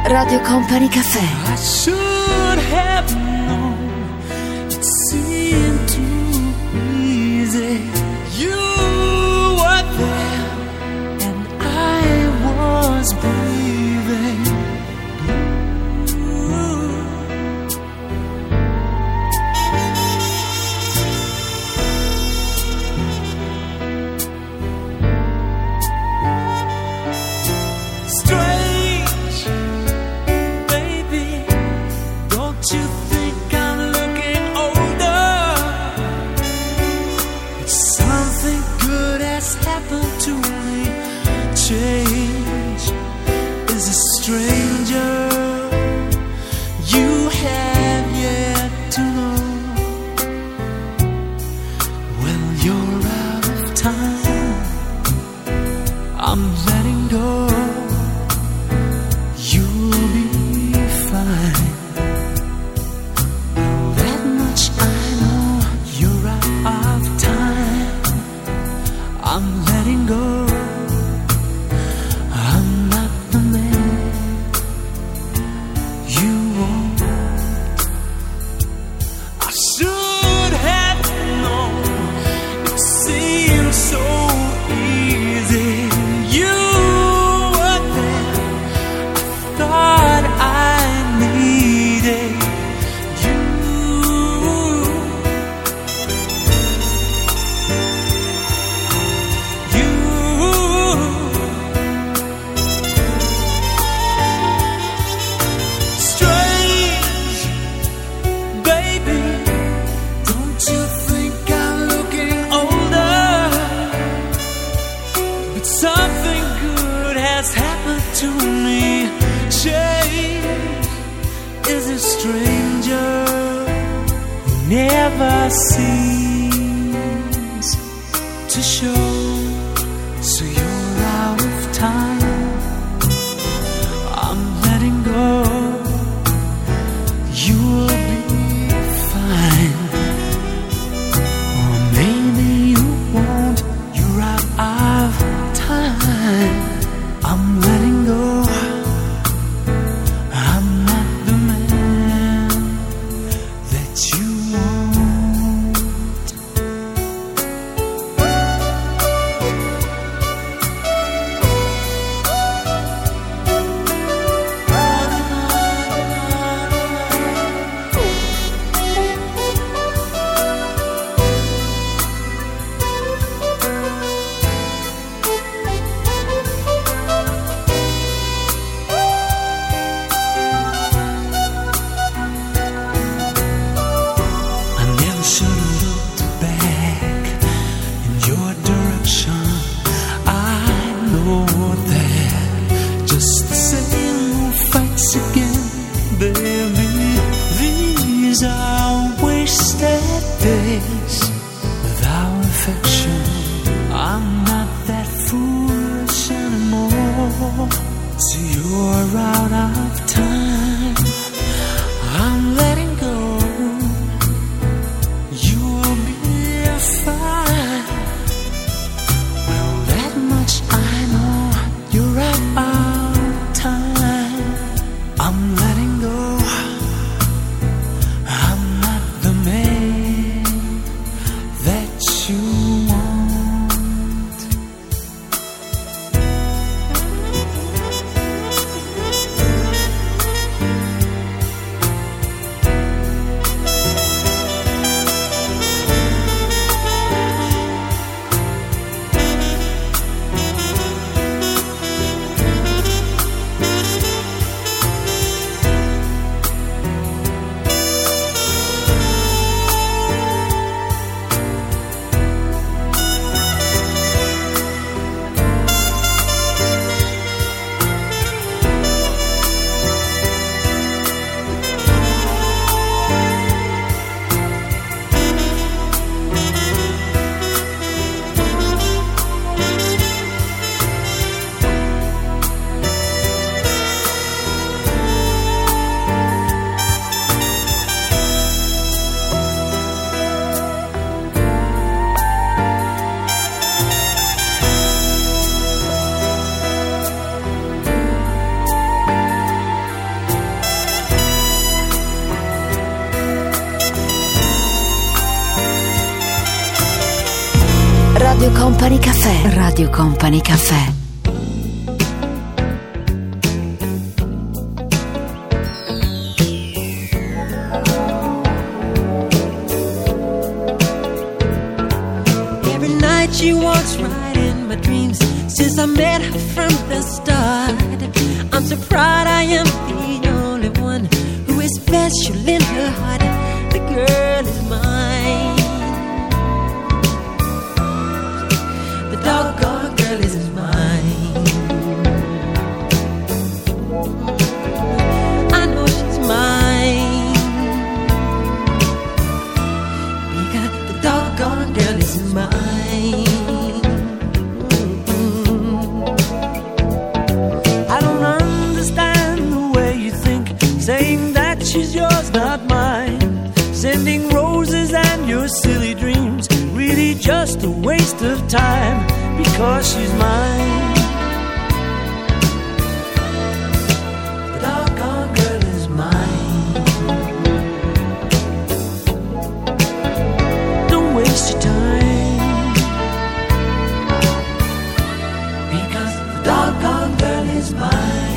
Radio Company Café. I should have known it seemed too easy. You were there and I was breathing. Change is a stranger you have yet to know. Well, you're out of time, I'm letting go. You'll be fine. That much I know. You're out of time, I'm letting go. Never seems to show. So you're out of time, I'm letting go. You'll be fine, or maybe you won't. You're out of time, I'm letting go. I'm not the man that you Radio Company Cafè. Radio Company Cafè. Every night she walks right in my dreams. Since I met her from the start, I'm so proud I am the only one who is special in her heart. The girl is mine. The doggone girl is mine. I know she's mine, because the doggone girl is mine. I don't understand the way you think, saying that she's yours, not mine. Sending roses and your silly dreams, really just a waste of time, because she's mine. The doggone girl is mine. Don't waste your time, because the doggone girl is mine.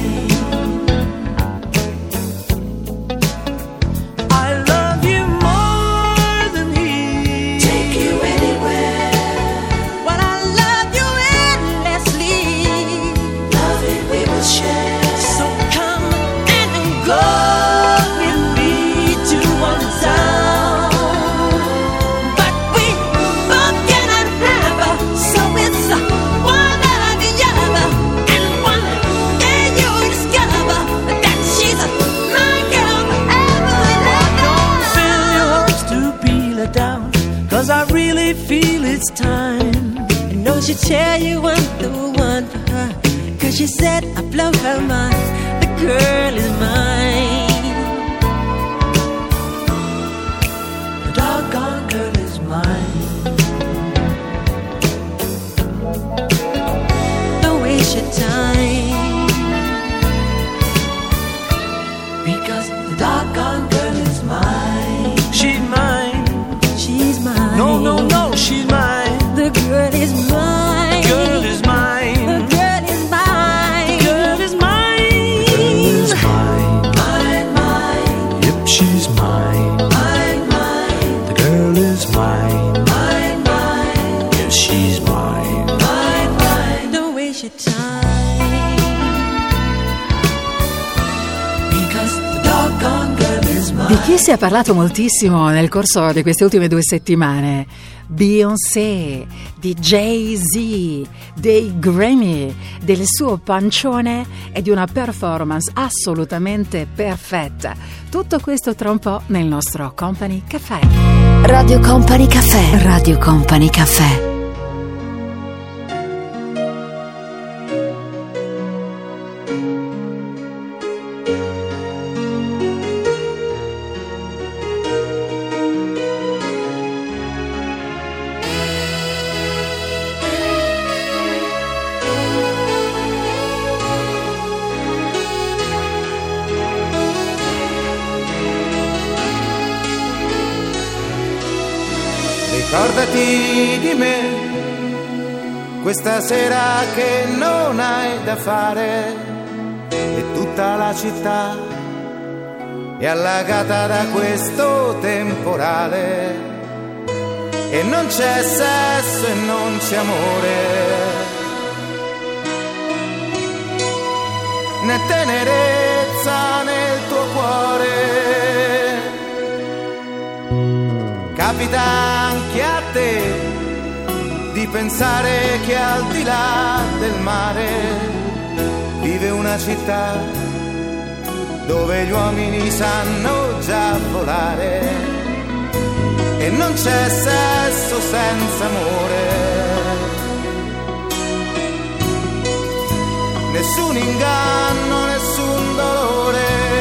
I really feel it's time. I know she'll tell you I'm the one for her, 'cause she said I blow her mind. The girl is mine. The doggone girl is mine. Don't waste your time, because the doggone girl is mine. She's mine. She's mine. No, no, no, she's mine. The girl is mine. The girl is mine. The girl is mine. The girl is mine. The girl is mine. Mine, mine. Yep, she's mine. Mine, mine. The girl is mine. Mine, mine. Yes, she's mine. Mine, mine. Don't waste your time, because the doggone girl is mine. Di chi si è parlato moltissimo nel corso di queste ultime 2 settimane? Beyoncé, di Jay-Z, dei Grammy, del suo pancione e di una performance assolutamente perfetta. Tutto questo tra un po' nel nostro Company Cafè. Radio Company Cafè. Radio Company Cafè. Ricordati di me, questa sera che non hai da fare, e tutta la città è allagata da questo temporale, e non c'è sesso e non c'è amore, né tenerezza nel tuo cuore. Capita anche a te di pensare che al di là del mare vive una città dove gli uomini sanno già volare, e non c'è sesso senza amore, nessun inganno, nessun dolore,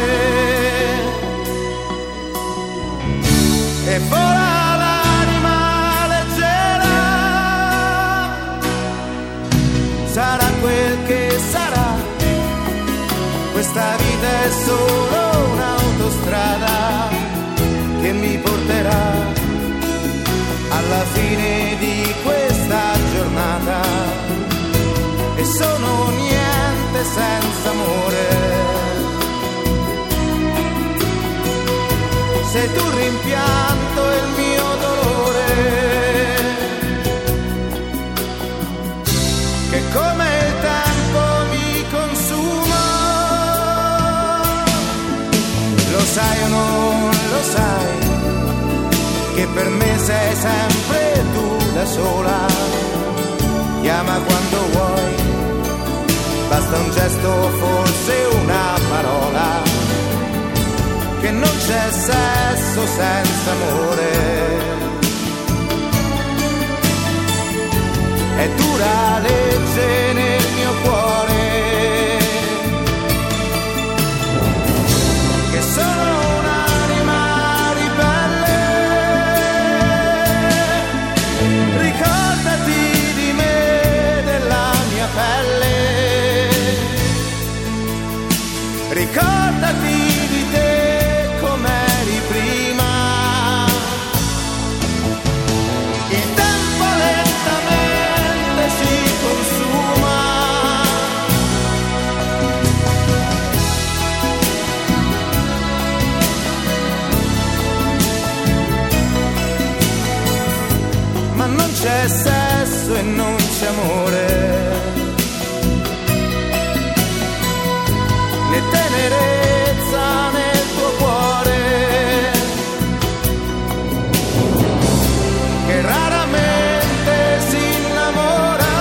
e vola l'anima leggera, sarà quel che sarà, questa vita è solo un'autostrada che mi porterà alla fine di questa giornata. giornata e sono niente senza amore. Sei tu il rimpianto e il mio dolore, che come il tempo mi consuma. Lo sai o non lo sai, che per me sei sempre tu da sola. Chiama quando vuoi, basta un gesto, forse una parola, che non c'è sesso senza amore. È dura legge nel mio cuore, che sono un'anima ribelle. Ricordati di me, della mia pelle. Ricordati di te com'eri prima. Il tempo lentamente si consuma. Ma non c'è sesso e non c'è amore, né tenerezza nel tuo cuore, che raramente si innamora.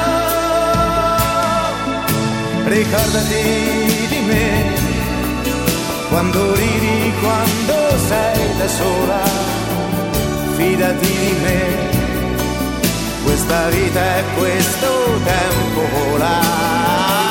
Ricordati di me, quando ridi, quando sei da sola. Fidati di me, questa vita e questo tempo vola.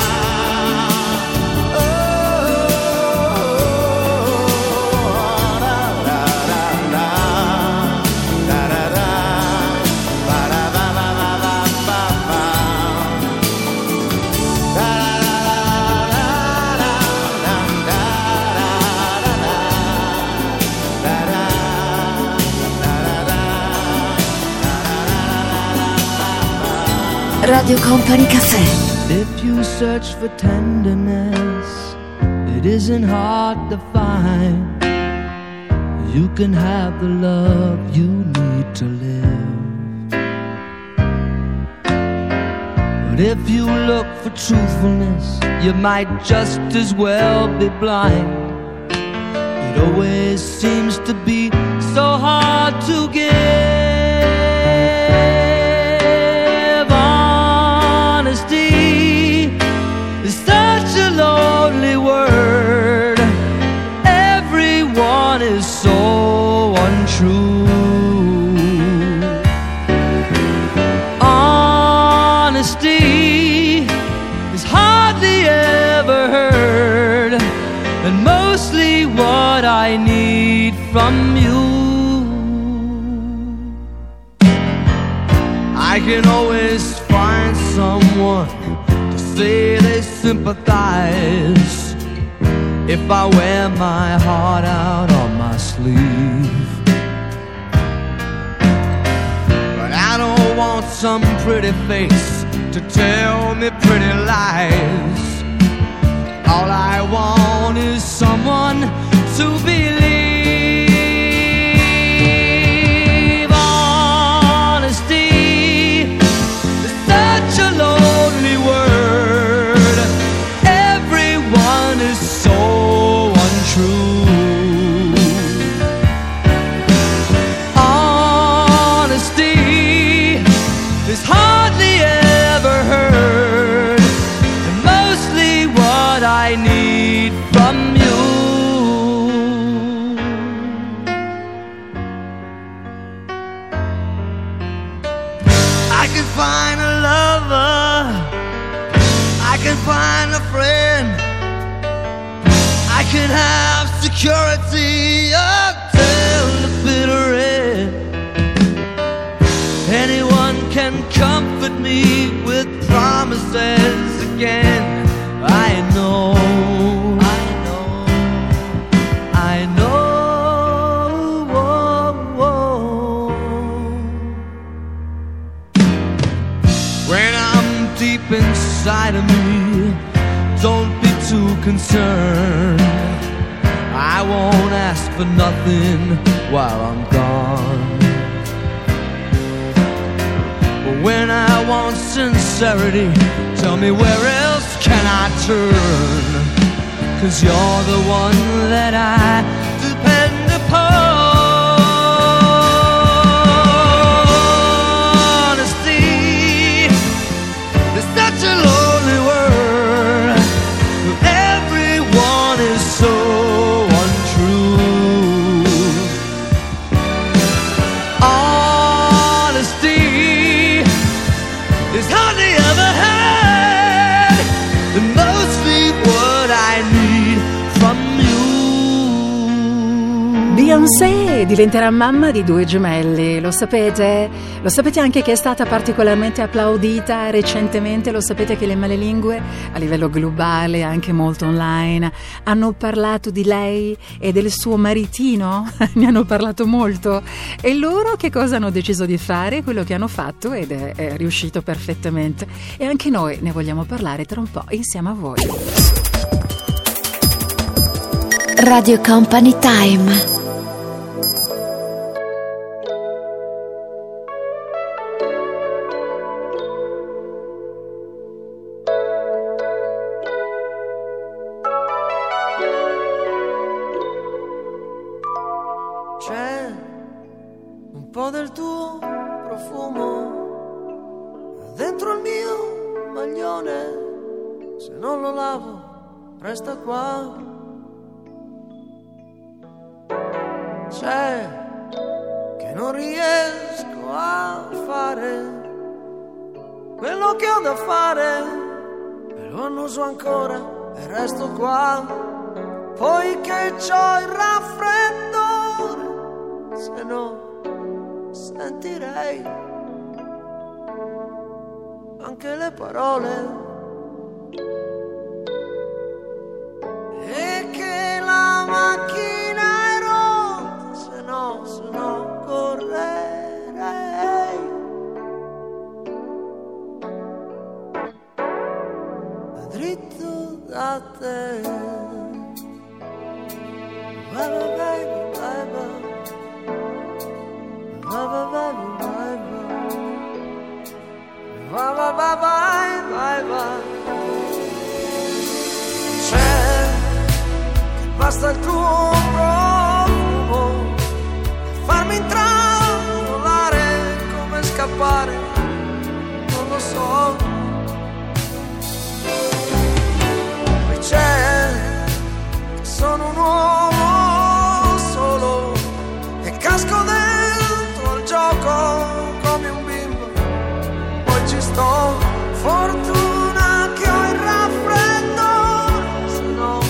Radio Company Café. If you search for tenderness, it isn't hard to find. You can have the love you need to live. But if you look for truthfulness, you might just as well be blind. It always seems to be so hard to give. Honesty is such a lonely word. Everyone is so untrue. Honesty is hardly ever heard, and mostly what I need from you. I can always find someone to say they sympathize if I wear my heart out on my sleeve. But I don't want some pretty face to tell me pretty lies. All I want is someone to believe. Honesty is such a lonely word. Everyone is so untrue. Honesty is hardly ever heard, and mostly what I need from you. I can find a lover, I can find a friend, I can have security until the bitter end. Anyone can comfort me with promises again. I know, I know, I know. lie to me. Don't be too concerned. I won't ask for nothing while I'm gone. But when I want sincerity, tell me where else can I turn? 'Cause you're the one that I depend upon. Honesty is such a lonely word. Everyone is so untrue. Honesty is hardly ever had, and mostly what I need from you. Beyoncé diventerà mamma di 2 gemelli, lo sapete? Lo sapete anche che è stata particolarmente applaudita recentemente? Lo sapete che le malelingue a livello globale, anche molto online, hanno parlato di lei e del suo maritino? Ne hanno parlato molto. E loro che cosa hanno deciso di fare? Quello che hanno fatto, ed è riuscito perfettamente. E anche noi ne vogliamo parlare tra un po' insieme a voi. Radio Company Time. C'è un po' del tuo profumo dentro il mio maglione. Se non lo lavo, resta qua. C'è che non riesco a fare quello che ho da fare, e lo annuso ancora e resto qua. Poiché c'ho il raffreddore, se no sentirei anche le parole. E che la macchina è rotta, se no correrei dritto da te. Vai, vai, vai, vai, vai. Vai, vai, vai, vai, vai, vai, vai, vai, vai, vai. C'è che basta il tuo profumo a farmi intravolare, come scappare, non lo so. Poi c'è che sono un uomo solo e casco dentro al gioco come un bimbo, poi ci sto. Fortuna che ho il raffreddore, se no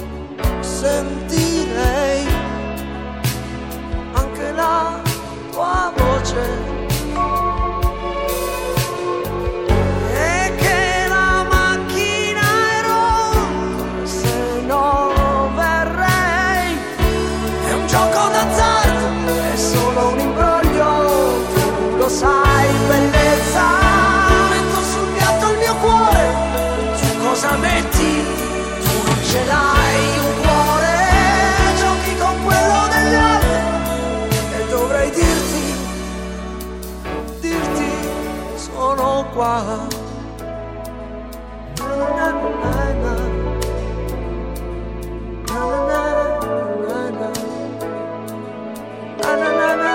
sentirei anche la tua voce. E che la macchina è rotta, se no verrei. È un gioco d'azzardo, è solo un imbroglio, tu lo sai, bellezza. Metto sul piatto il mio cuore, tu cosa metti? Tu non ce l'hai un cuore, giochi con quello degli altri, e dovrei dirti, sono qua. Na, na, na, na. Na, na, na, na. Na, na, na, na.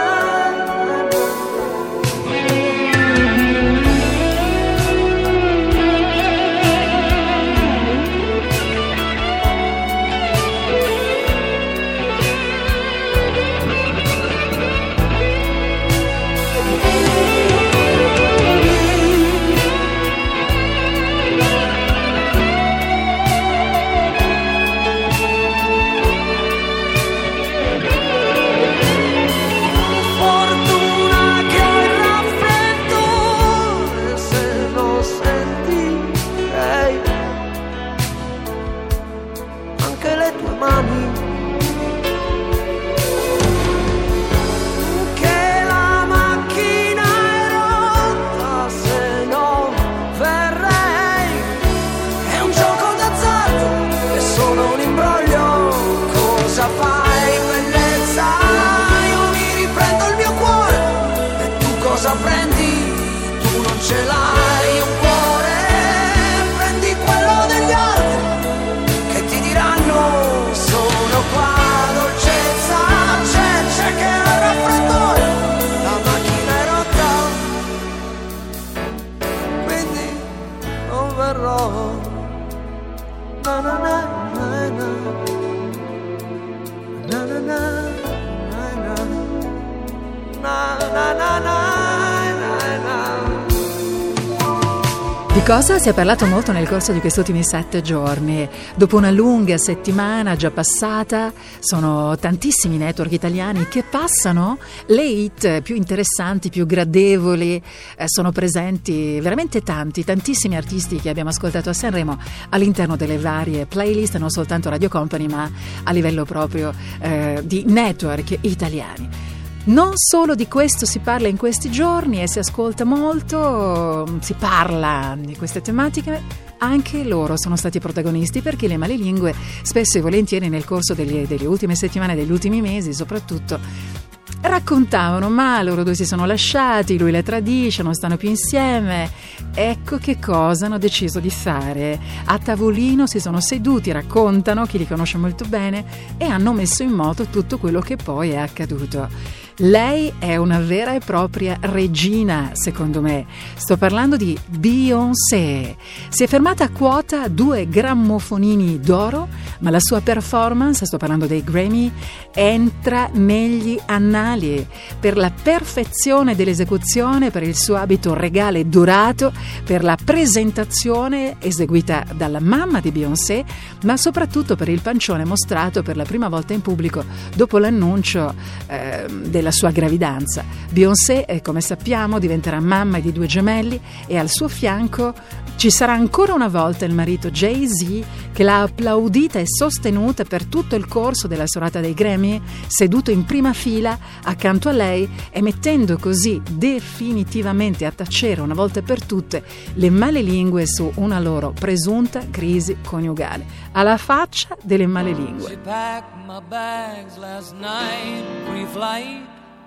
Di cosa si è parlato molto nel corso di questi ultimi 7 giorni? Dopo una lunga settimana già passata, sono tantissimi network italiani che passano le hit più interessanti, più gradevoli, sono presenti veramente tantissimi artisti che abbiamo ascoltato a Sanremo all'interno delle varie playlist, non soltanto Radio Company ma a livello proprio di network italiani. Non solo di questo si parla in questi giorni e si ascolta molto, si parla di queste tematiche, anche loro sono stati protagonisti, perché le malelingue spesso e volentieri nel corso delle ultime settimane, degli ultimi mesi soprattutto, raccontavano: ma loro due si sono lasciati, lui le tradisce, non stanno più insieme. Ecco che cosa hanno deciso di fare. A tavolino si sono seduti, raccontano, chi li conosce molto bene, e hanno messo in moto tutto quello che poi è accaduto. Lei è una vera e propria regina, secondo me. Sto parlando di Beyoncé. Si è fermata a quota 2 grammofonini d'oro, ma la sua performance, sto parlando dei Grammy, entra negli annali per la perfezione dell'esecuzione, per il suo abito regale dorato, per la presentazione eseguita dalla mamma di Beyoncé, ma soprattutto per il pancione mostrato per la prima volta in pubblico dopo l'annuncio della sua gravidanza. Beyoncé, come sappiamo, diventerà mamma di 2 gemelli, e al suo fianco ci sarà ancora una volta il marito Jay-Z, che l'ha applaudita e sostenuta per tutto il corso della serata dei Grammy, seduto in prima fila accanto a lei e mettendo così definitivamente a tacere una volta per tutte le malelingue su una loro presunta crisi coniugale. Alla faccia delle malelingue. She packed my bags last night, pre-flight,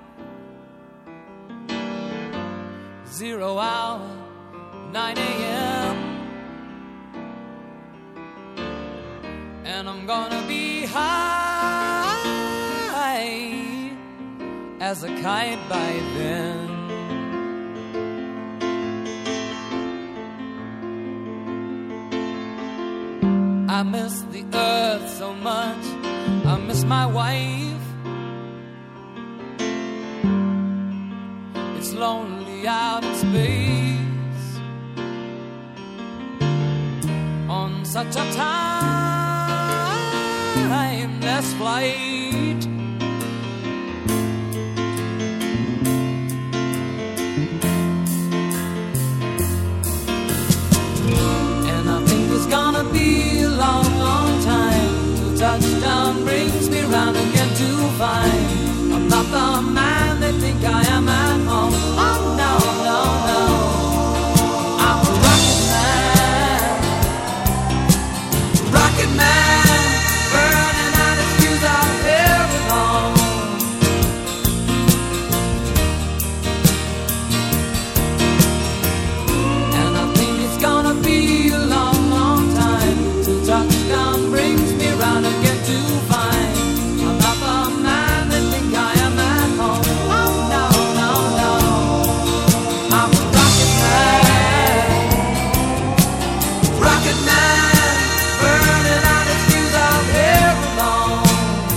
0 hour, 9 a.m. And I'm gonna be high as a kite by then. I miss the earth so much, I miss my wife. It's lonely out in space on such a timeless flight. And I think it's gonna be a long, long time till touchdown brings me round again to find I'm not the man they think I am at home. Oh no, no, no, I'm a rocket man, burning out his fuse out here at home. And I think it's gonna be a long, long time till touchdown brings me round again to find I'm not the man they think I am at home. Oh no, no, no, I'm a rocket man, burning out his fuse out here alone.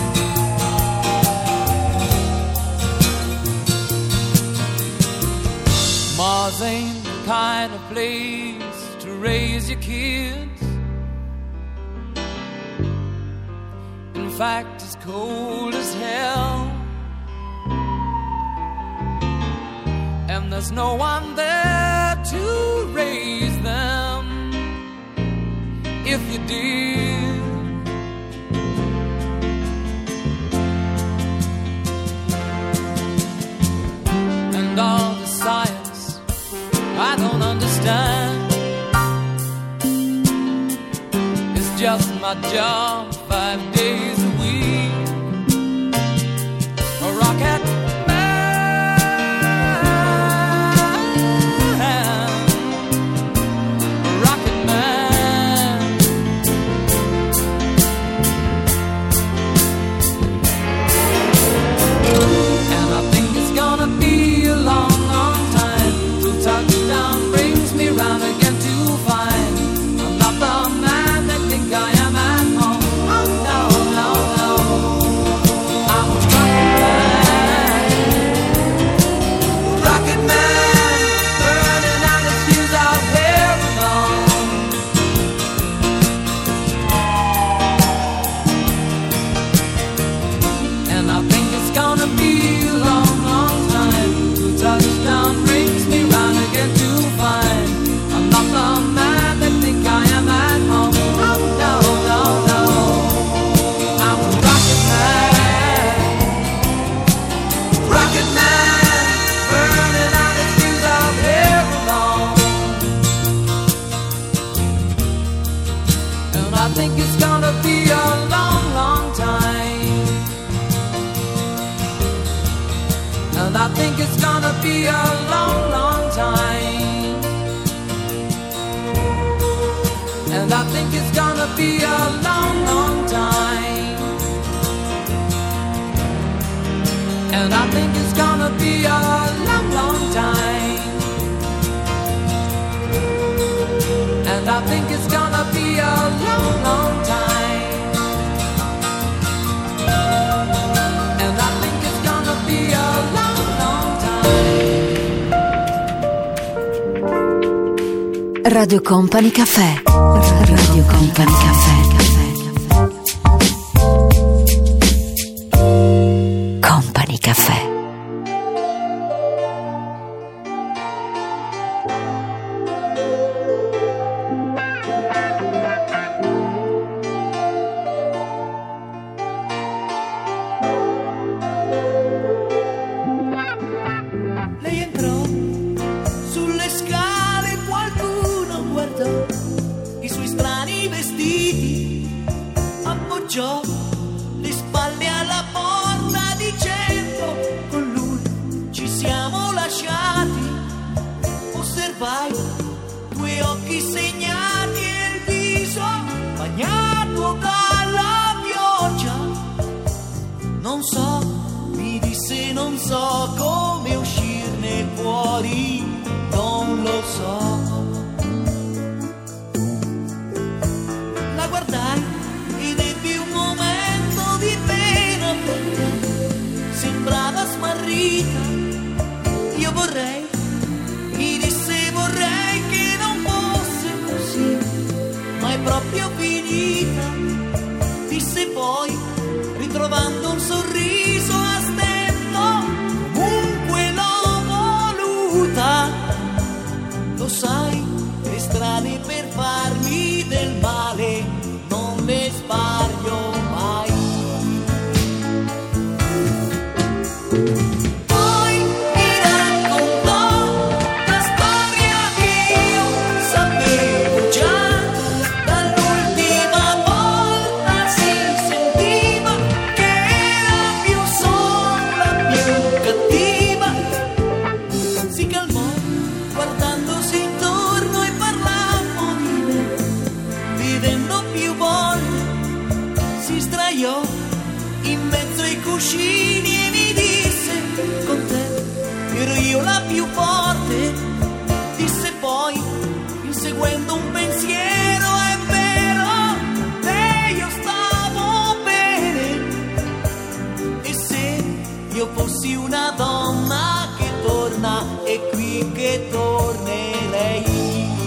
Mars ain't the kind of place to raise your kids. In fact, it's cold as hell, and there's no one there to raise them if you did. And all the science I don't understand, it's just my job 5 days a week. A rocket man, a rocket man. And I think it's gonna be a long, long time till touchdown brings me round again to find I'm not the man they think I am at home. Oh no, no, no, I'm a rocket man, And I think it's gonna be a long, long time. And I think it's gonna be a long, long time. And I think it's gonna be a long, long time. And I think it's gonna be a long, long time. And I think it's gonna be a long, long time. Radio Company Cafè. Radio Company Cafè. Company Cafè. Lei entrò sulle scale, qualcuno guardò i suoi strani vestiti, appoggiò le spalle alla porta dicendo con lui ci siamo lasciati. Osservai due occhi segnati e il viso bagnato dalla pioggia. Non so, mi disse, non so come uscirne fuori, non lo so. La guardai ed ebbi un momento di pena perché sembrava smarrita. Io vorrei, mi disse, vorrei che non fosse così, ma è proprio finita. Disse poi, ritrovando un sorriso a stento, comunque l'ho voluta. Lo sai, le strade per farmi del male non le sbaglio mai. Poi mi raccontò la storia che io sapevo già. Dall'ultima volta si sentiva che era più sola, più cattiva. Si calmò guardandosi intorno e parlavo di me, vedendo più volte. Si sdraiò in mezzo ai cuscini e mi disse, con te ero io la più forte. Disse poi, inseguendo un pensiero, è vero, e io stavo bene. E se io fossi una donna che torna, è qui che tornerei.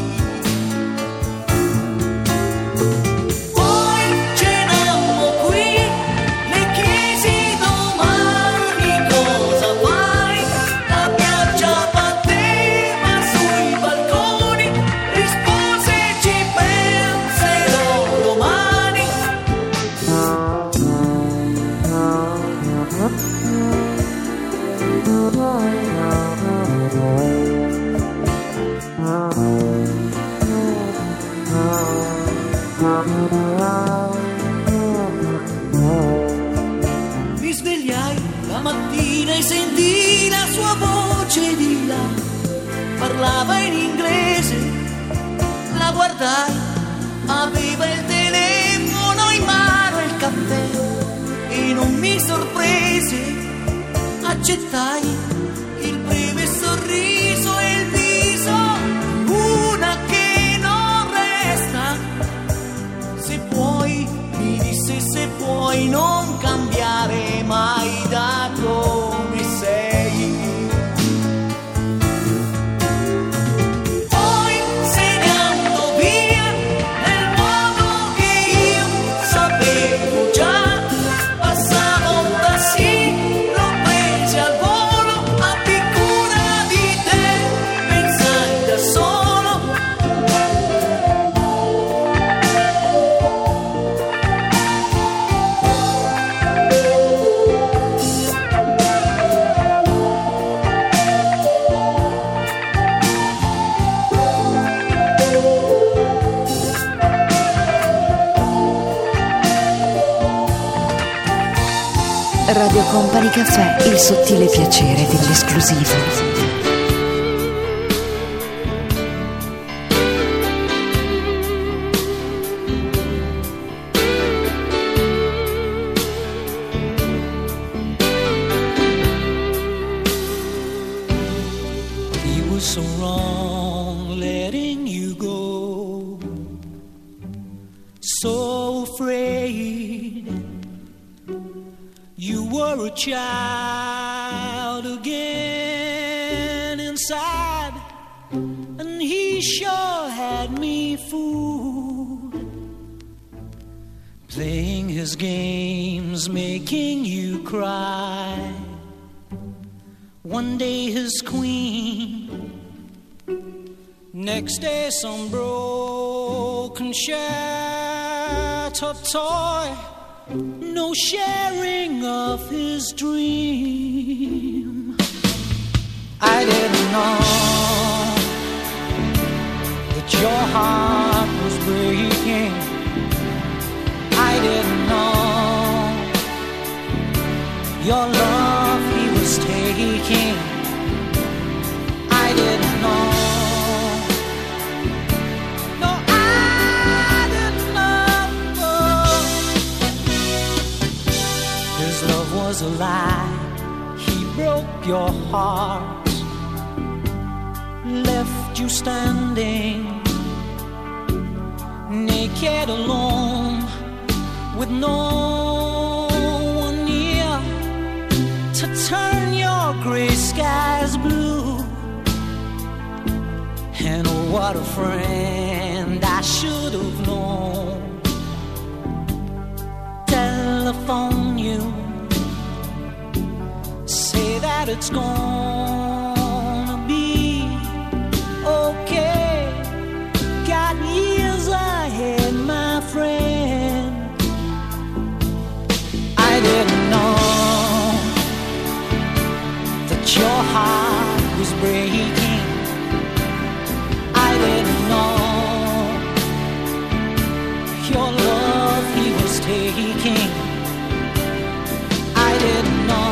Poi cenammo qui, le chiesi domani cosa fai. La pioggia batteva sui balconi, rispose ci penserò domani. Mi svegliai la mattina e sentii la sua voce di là. Parlava in inglese, la guardai, aveva il telefono in mano e il caffè e non mi sorprese. Accettai il breve sorriso e il viso, una che non resta. Se puoi, mi disse, se puoi non cambiare mai da come sei. Poi se ne andò via nel modo che io sapevo già. Passava un taxi, l'ho prese al volo, abbi cura di te, pensai da solo. Radio Company Cafè, il sottile piacere dell'esclusivo. So wrong letting you go, so afraid you were a child again inside, and he sure had me fooled, playing his games, making you cry. One day his queen, next day some broken shattered toy, no sharing of his dream. I didn't know that your heart was breaking. I didn't know your love he was taking. I didn't know. Was a lie, he broke your heart, left you standing naked alone, with no one near to turn your gray skies blue. And oh, what a friend I should have known. Telephone you, say that it's gonna be okay. Got years ahead, my friend. I didn't know that your heart was breaking. I didn't know your love he was taking. I didn't know.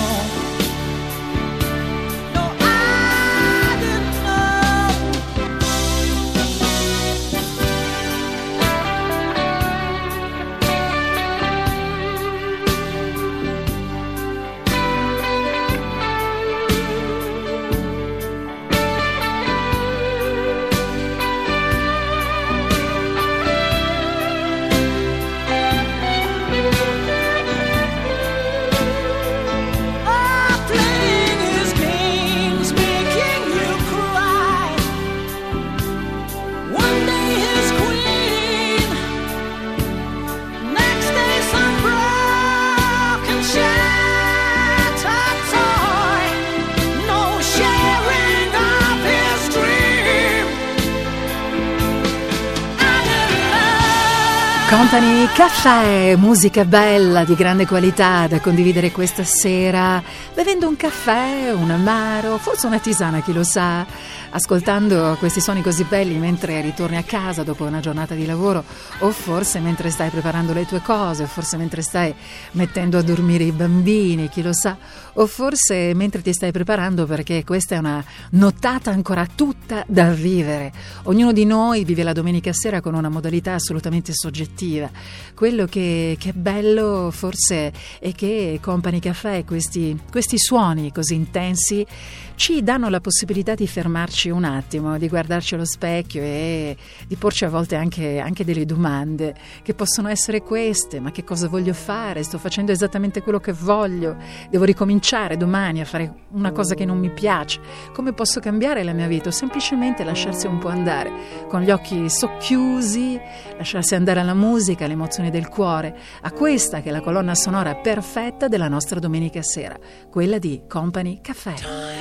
Company Cafè, musica bella di grande qualità da condividere questa sera, bevendo un caffè, un amaro, forse una tisana, chi lo sa, ascoltando questi suoni così belli mentre ritorni a casa dopo una giornata di lavoro, o forse mentre stai preparando le tue cose, o forse mentre stai mettendo a dormire i bambini, chi lo sa, o forse mentre ti stai preparando perché questa è una nottata ancora tutta da vivere. Ognuno di noi vive la domenica sera con una modalità assolutamente soggettiva. Quello che è bello forse è che Company Cafè, questi suoni così intensi ci danno la possibilità di fermarci un attimo, di guardarci allo specchio e di porci a volte anche delle domande che possono essere queste: ma che cosa voglio fare? Sto facendo esattamente quello che voglio? Devo ricominciare domani a fare una cosa che non mi piace? Come posso cambiare la mia vita? O semplicemente lasciarsi un po' andare con gli occhi socchiusi, lasciarsi andare alla musica, alle emozioni del cuore, a questa che è la colonna sonora perfetta della nostra domenica sera, quella di Company Cafè.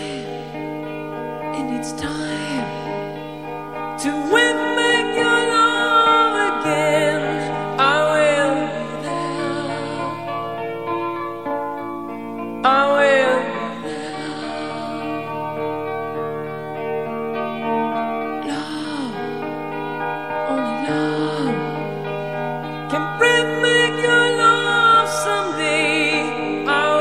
And it's time to win your love again. I will be there. I will be there. Love, only love can bring back your love someday. I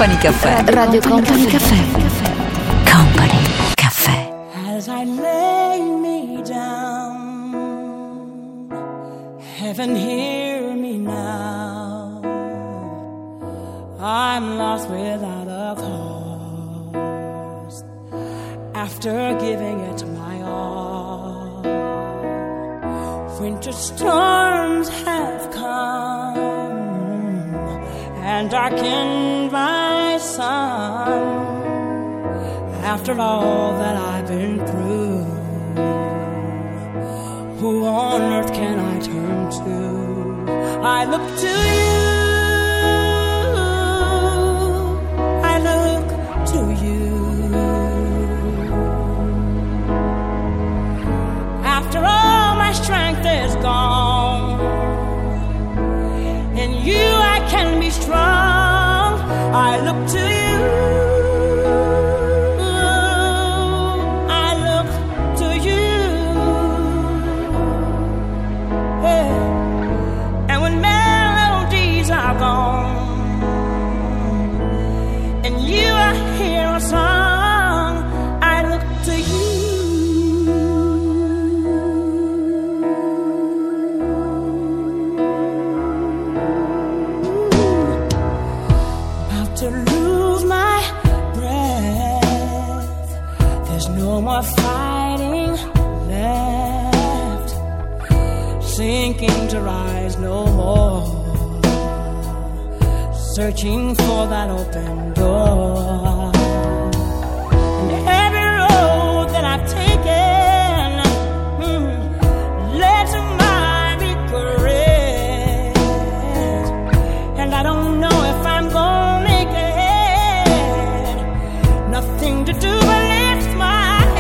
Company Caffè. Radio Company Caffè. Company Caffè. As I lay me down, heaven hear me now. I'm lost without a cause. After giving it my all, winter storms have come and darkened my sun. After all that I've been through, who on earth can I turn to? I look to you, I look to you. After all my strength is gone, in you I can be strong. I look to you. Fighting left, sinking to rise no more, searching for that open door. And every road that I've taken led to my regret, and I don't know if I'm gonna make it. Nothing to do but lift my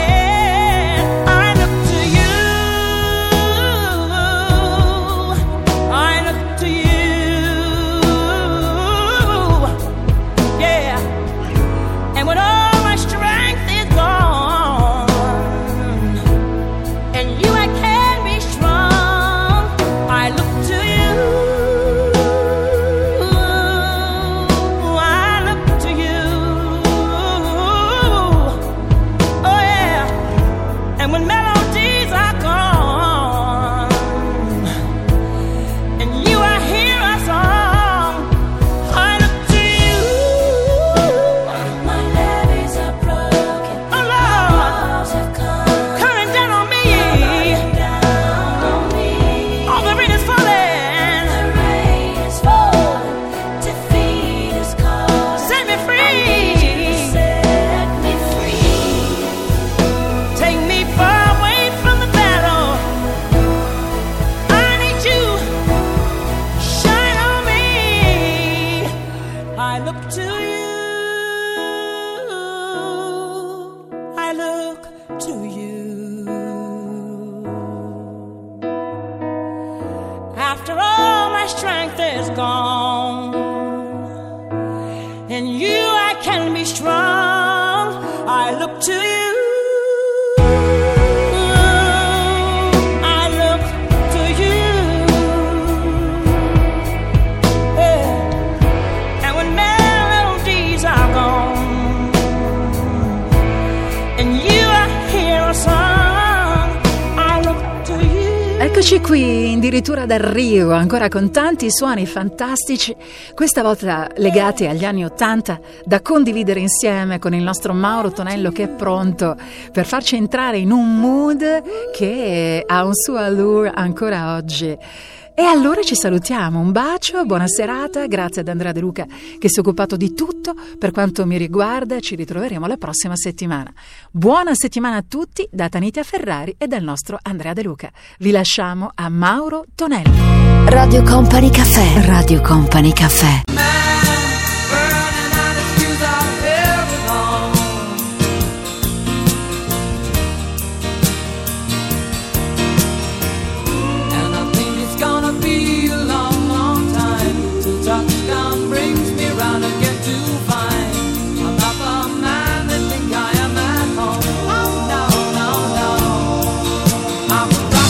Eccoci qui, addirittura d'arrivo, ancora con tanti suoni fantastici, questa volta legati agli anni '80, da condividere insieme con il nostro Mauro Tonello, che è pronto per farci entrare in un mood che ha un suo allure ancora oggi. E allora ci salutiamo, un bacio, buona serata, grazie ad Andrea De Luca che si è occupato di tutto. Per quanto mi riguarda ci ritroveremo la prossima settimana. Buona settimana a tutti da Tanitia Ferrari e dal nostro Andrea De Luca. Vi lasciamo a Mauro Tonello. Radio Company Caffè. Radio Company Caffè.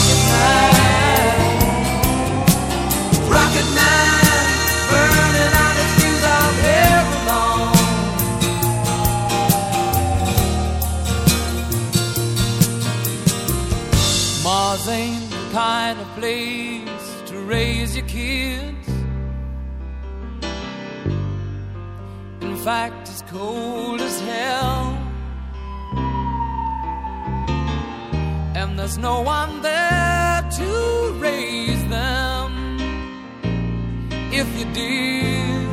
Rocket man, burning out. kind of place to raise your kids. In fact, it's cold as hell, and there's no one there to raise them if you did.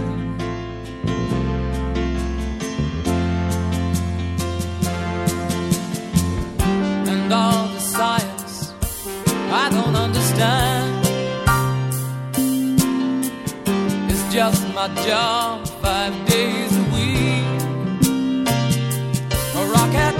And all the science I don't understand, it's just my job 5 days a week. A rocket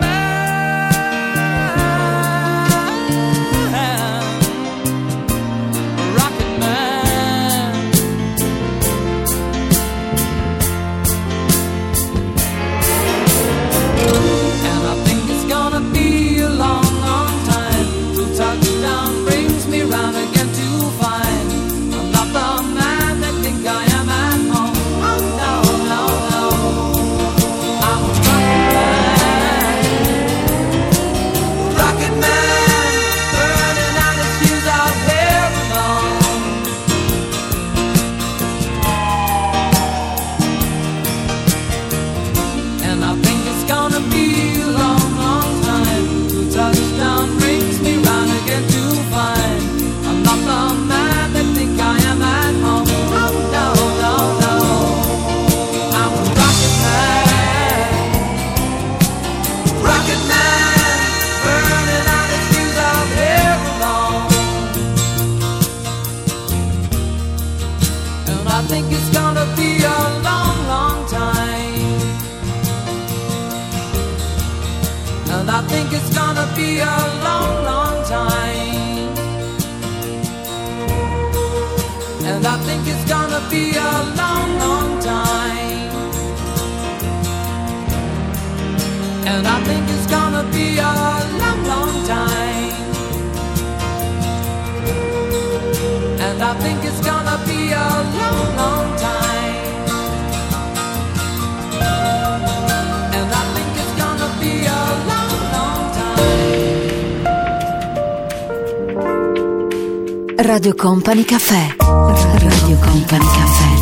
Radio Company Cafè. Radio Company Cafè.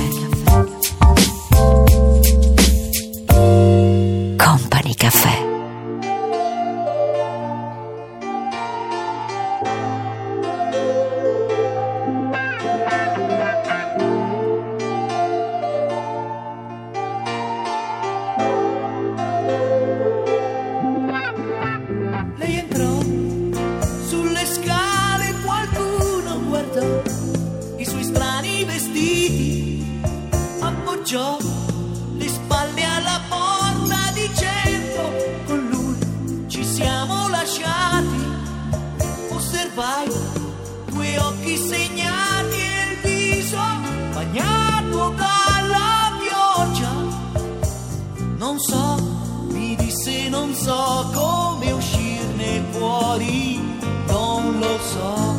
Company Cafè. Le spalle alla porta dicendo con lui ci siamo lasciati. Osservai due occhi segnati e il viso bagnato dalla pioggia. Non so, mi disse, non so come uscirne fuori, non lo so.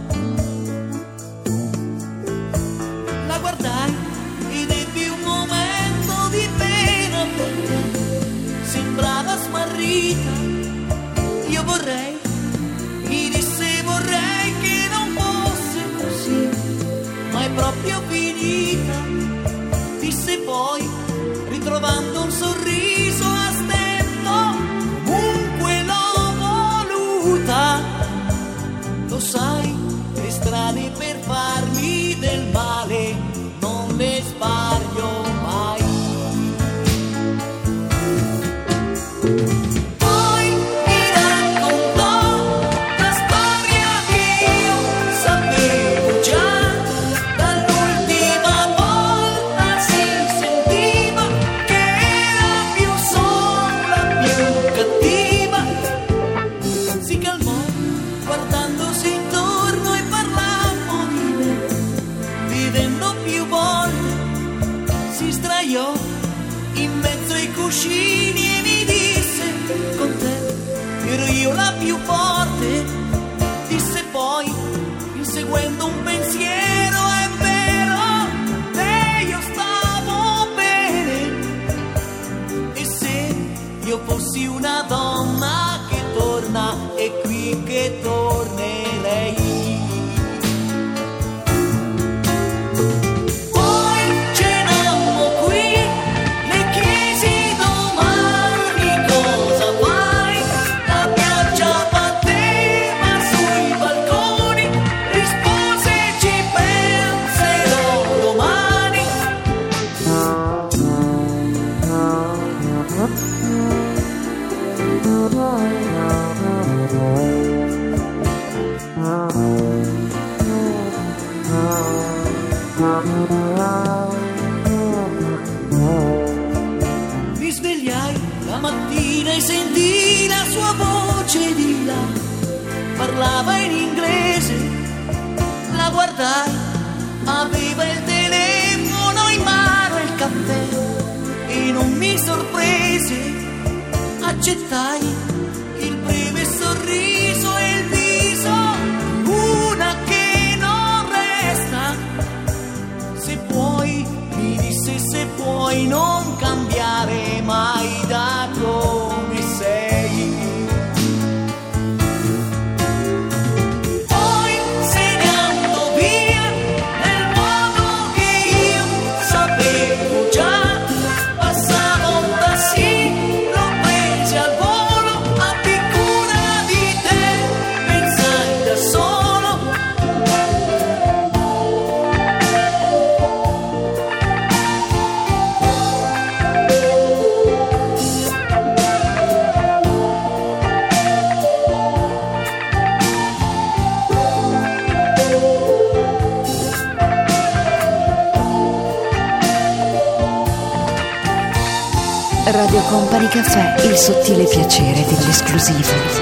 La guardai ed ebbi un momento di pena perché sembrava smarrita. Io vorrei, mi disse, vorrei che non fosse così, ma è proprio finita. Disse poi, ritrovando un sorriso a stento, comunque l'ho voluta. Lo sai, le strade per farmi del male non le sbaglio mai. Poi mi raccontò la storia che io sapevo già. Dall'ultima volta si sentiva che era più sola, più cattiva. Si calmò guardandosi intorno e parlammo di me. guardai, aveva il telefono in mano e il caffè, e non mi sorprese, accettai il breve sorriso e il viso, una che non resta. Se puoi, mi disse, se puoi non cambiare mai da come sei. Poi se ne andò via nel modo che io sapevo già, passava un taxi, lo presi al volo, abbi cura di te, pensai da solo. Radio Company Cafè, il sottile piacere dell'esclusivo.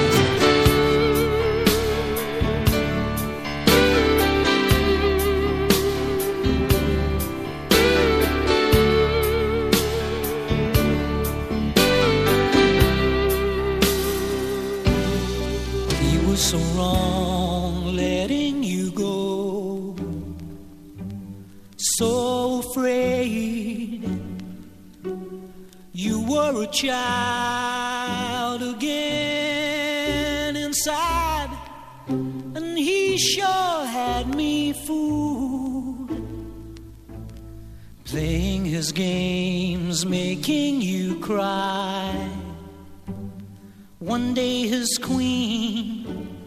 He was so wrong letting you go, so afraid. You were a child again inside, and he sure had me fooled, playing his games, making you cry. One day his queen,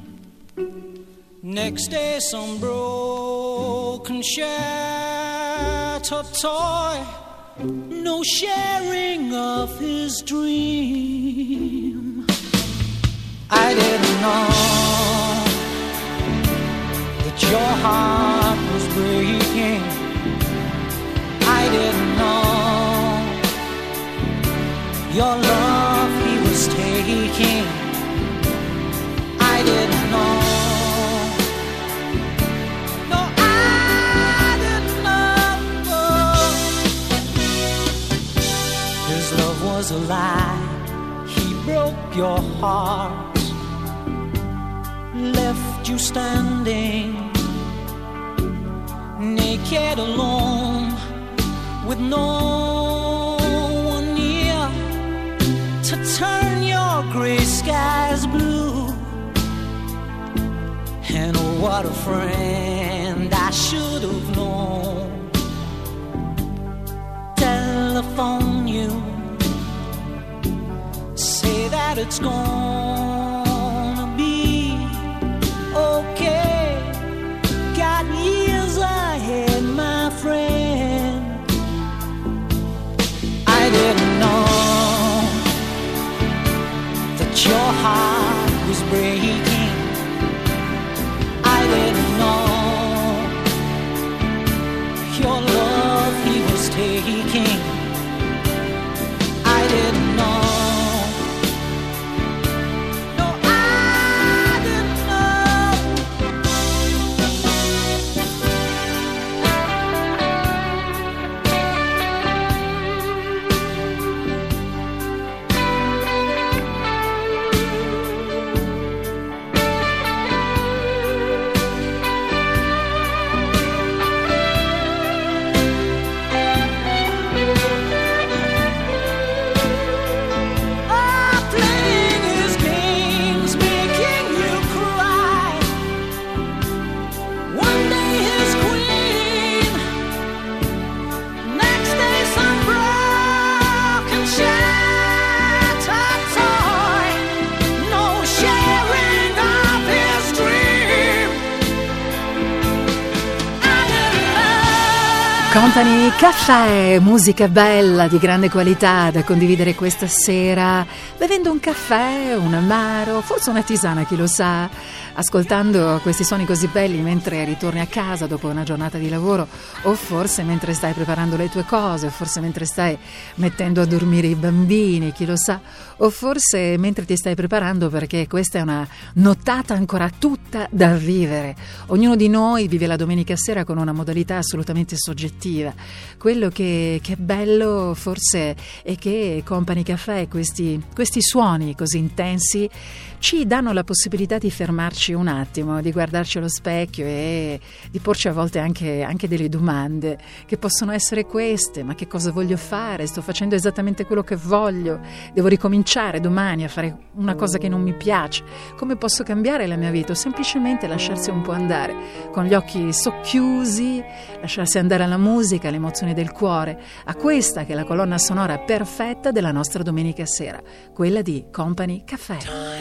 next day some broken shattered toy. No sharing of his dream. I didn't know that your heart was breaking. I didn't know your love he was taking. I didn't know. Was a lie. He broke your heart, left you standing naked alone, with no one near to turn your gray skies blue. And oh, what a friend I should have known. Telephone you, say that it's gonna be okay. Got years ahead, my friend. I didn't know that your heart was breaking. I didn't know your love he was taking. I didn't know. Company Cafè, musica bella di grande qualità da condividere questa sera, bevendo un caffè, un amaro, forse una tisana, chi lo sa, ascoltando questi suoni così belli mentre ritorni a casa dopo una giornata di lavoro, o forse mentre stai preparando le tue cose, o forse mentre stai mettendo a dormire i bambini, chi lo sa, o forse mentre ti stai preparando perché questa è una nottata ancora tutta da vivere. Ognuno di noi vive la domenica sera con una modalità assolutamente soggettiva. Quello che è bello forse è che Company Café, questi suoni così intensi ci danno la possibilità di fermarci un attimo, di guardarci allo specchio e di porci a volte anche delle domande che possono essere queste: ma che cosa voglio fare? Sto facendo esattamente quello che voglio? Devo ricominciare domani a fare una cosa che non mi piace? Come posso cambiare la mia vita? O semplicemente lasciarsi un po' andare con gli occhi socchiusi, lasciarsi andare alla musica, alle emozioni del cuore, a questa che è la colonna sonora perfetta della nostra domenica sera, quella di Company Café.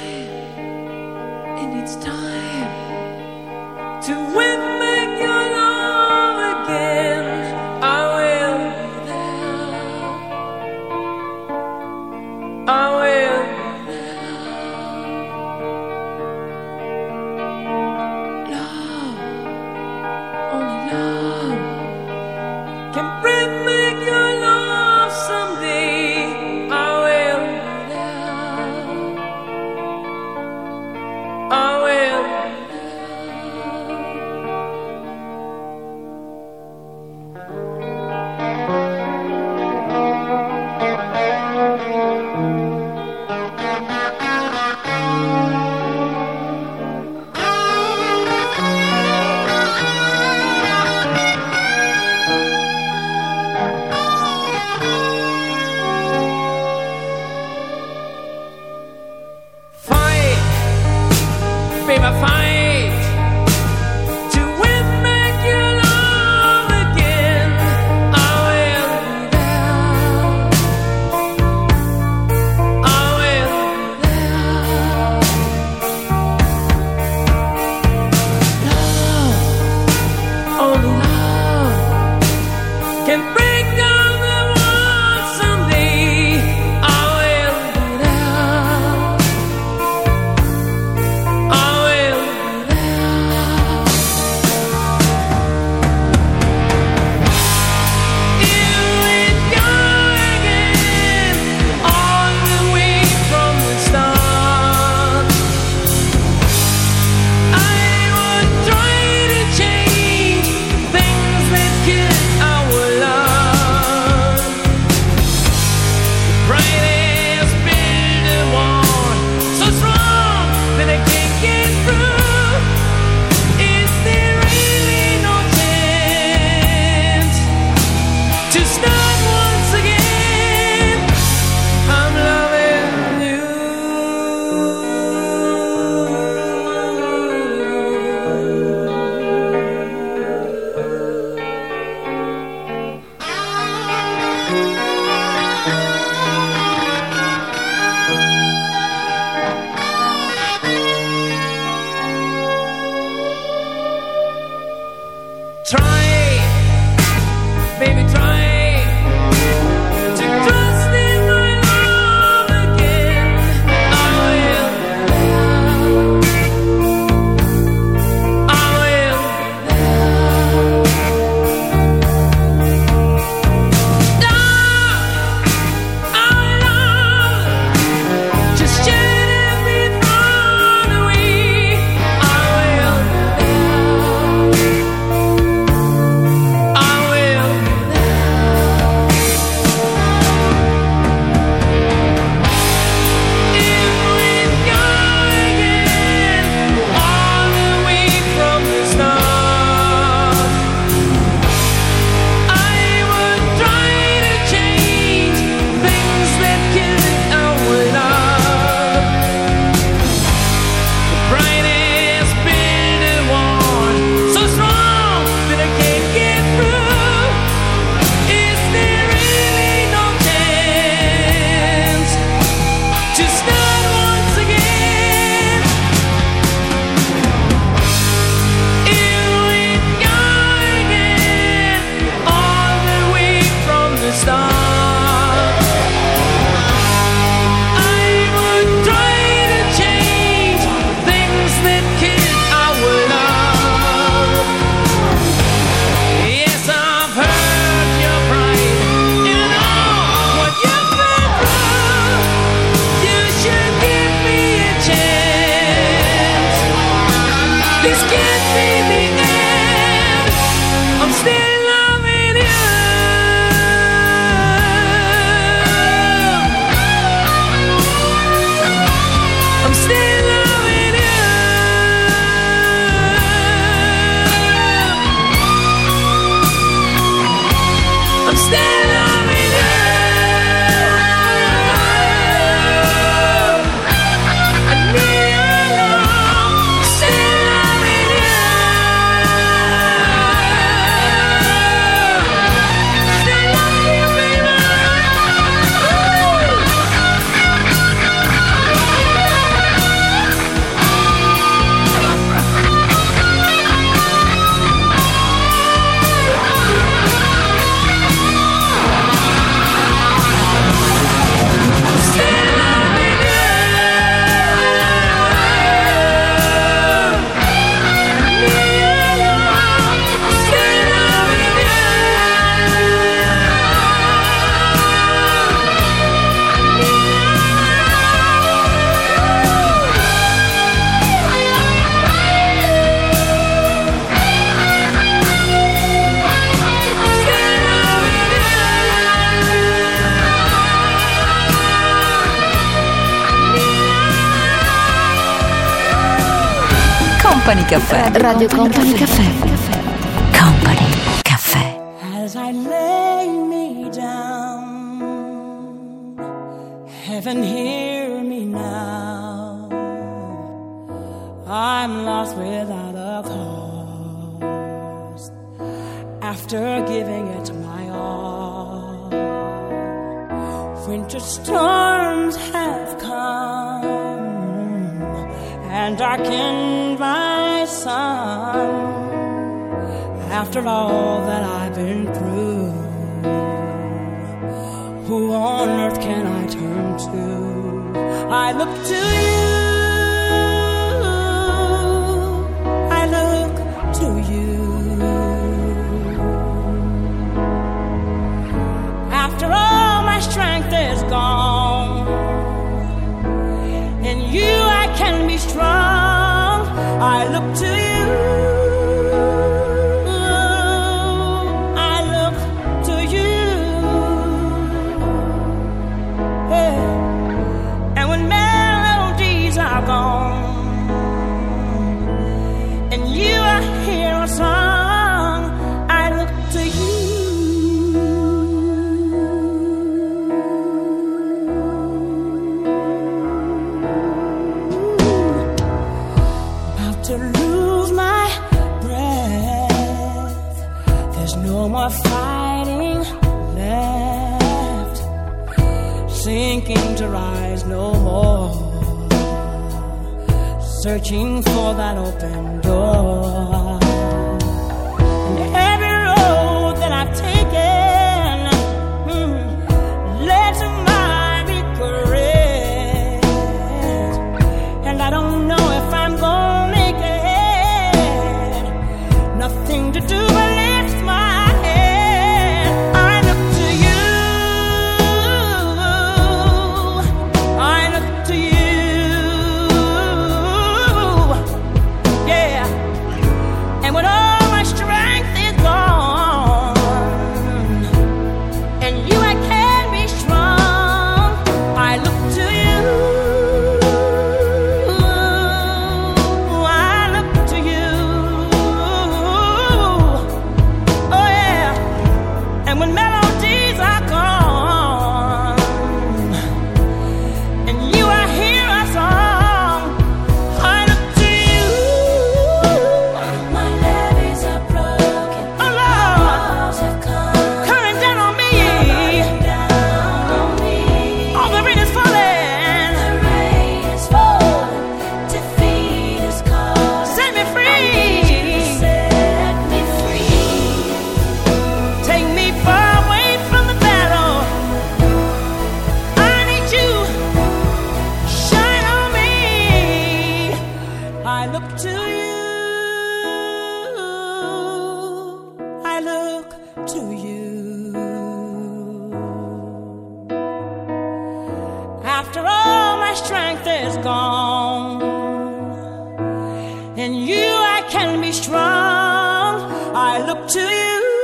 And it's time to win your love again. I will be there. I will be there. Love, only love can bring back your love someday. I will be there. I will. Company Caffè. Radio Company Caffè. Company Caffè. As I lay me down, heaven hear me now. I'm lost without a cause. After giving it my all, winter storms have come and darkened my sun. After all that I've been through, who on earth can I turn to? I look to you, I look to you. After all my strength is gone, in you I can be strong. I look to you. And you I hear a song, I look to you. About to lose my breath, there's no more fighting left, sinking to rise no more, searching for that open door. And every road that I've taken led to my regret, and I don't know if I'm gonna make it. Nothing to do but lift my head. I look to you, I look to you. And when all my strength is gone, and you I can be strong, I look to you, I look to you, oh yeah. And when melodies are gone, and you I hear a song, I look to you. I look to you, I look to you. After all my strength is gone, in you I can be strong. I look to you.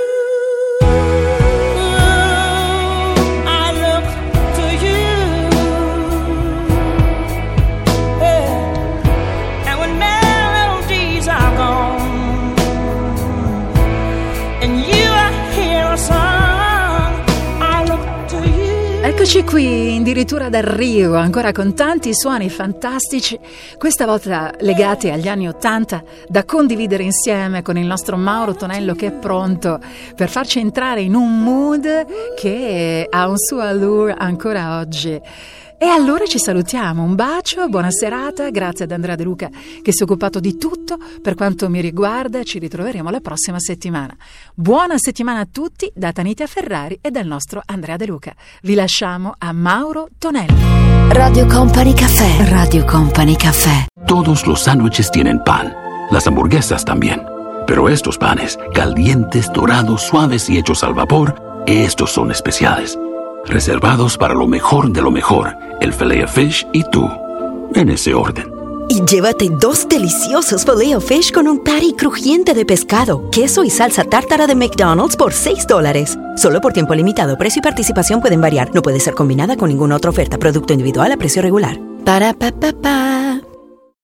Eccoci qui, addirittura d'arrivo, ancora con tanti suoni fantastici, questa volta legati agli anni '80, da condividere insieme con il nostro Mauro Tonello, che è pronto per farci entrare in un mood che ha un suo allure ancora oggi. E allora ci salutiamo, un bacio, buona serata, grazie ad Andrea De Luca che si è occupato di tutto. Per quanto mi riguarda ci ritroveremo la prossima settimana. Buona settimana a tutti da Tanita Ferrari e dal nostro Andrea De Luca. Vi lasciamo a Mauro Tonello. Radio Company Caffè. Radio Company Caffè. Todos los sándwiches tienen pan, las hamburguesas también. Pero estos panes, calientes, dorados, suaves y hechos al vapor, estos son especiales. Reservados para lo mejor de lo mejor, el Filet-O-Fish y tú, en ese orden. Y llévate 2 deliciosos Filet-O-Fish con un patty crujiente de pescado, queso y salsa tártara de McDonald's por $6. Solo por tiempo limitado. Precio y participación pueden variar. No puede ser combinada con ninguna otra oferta. Producto individual a precio regular. Para pa pa pa.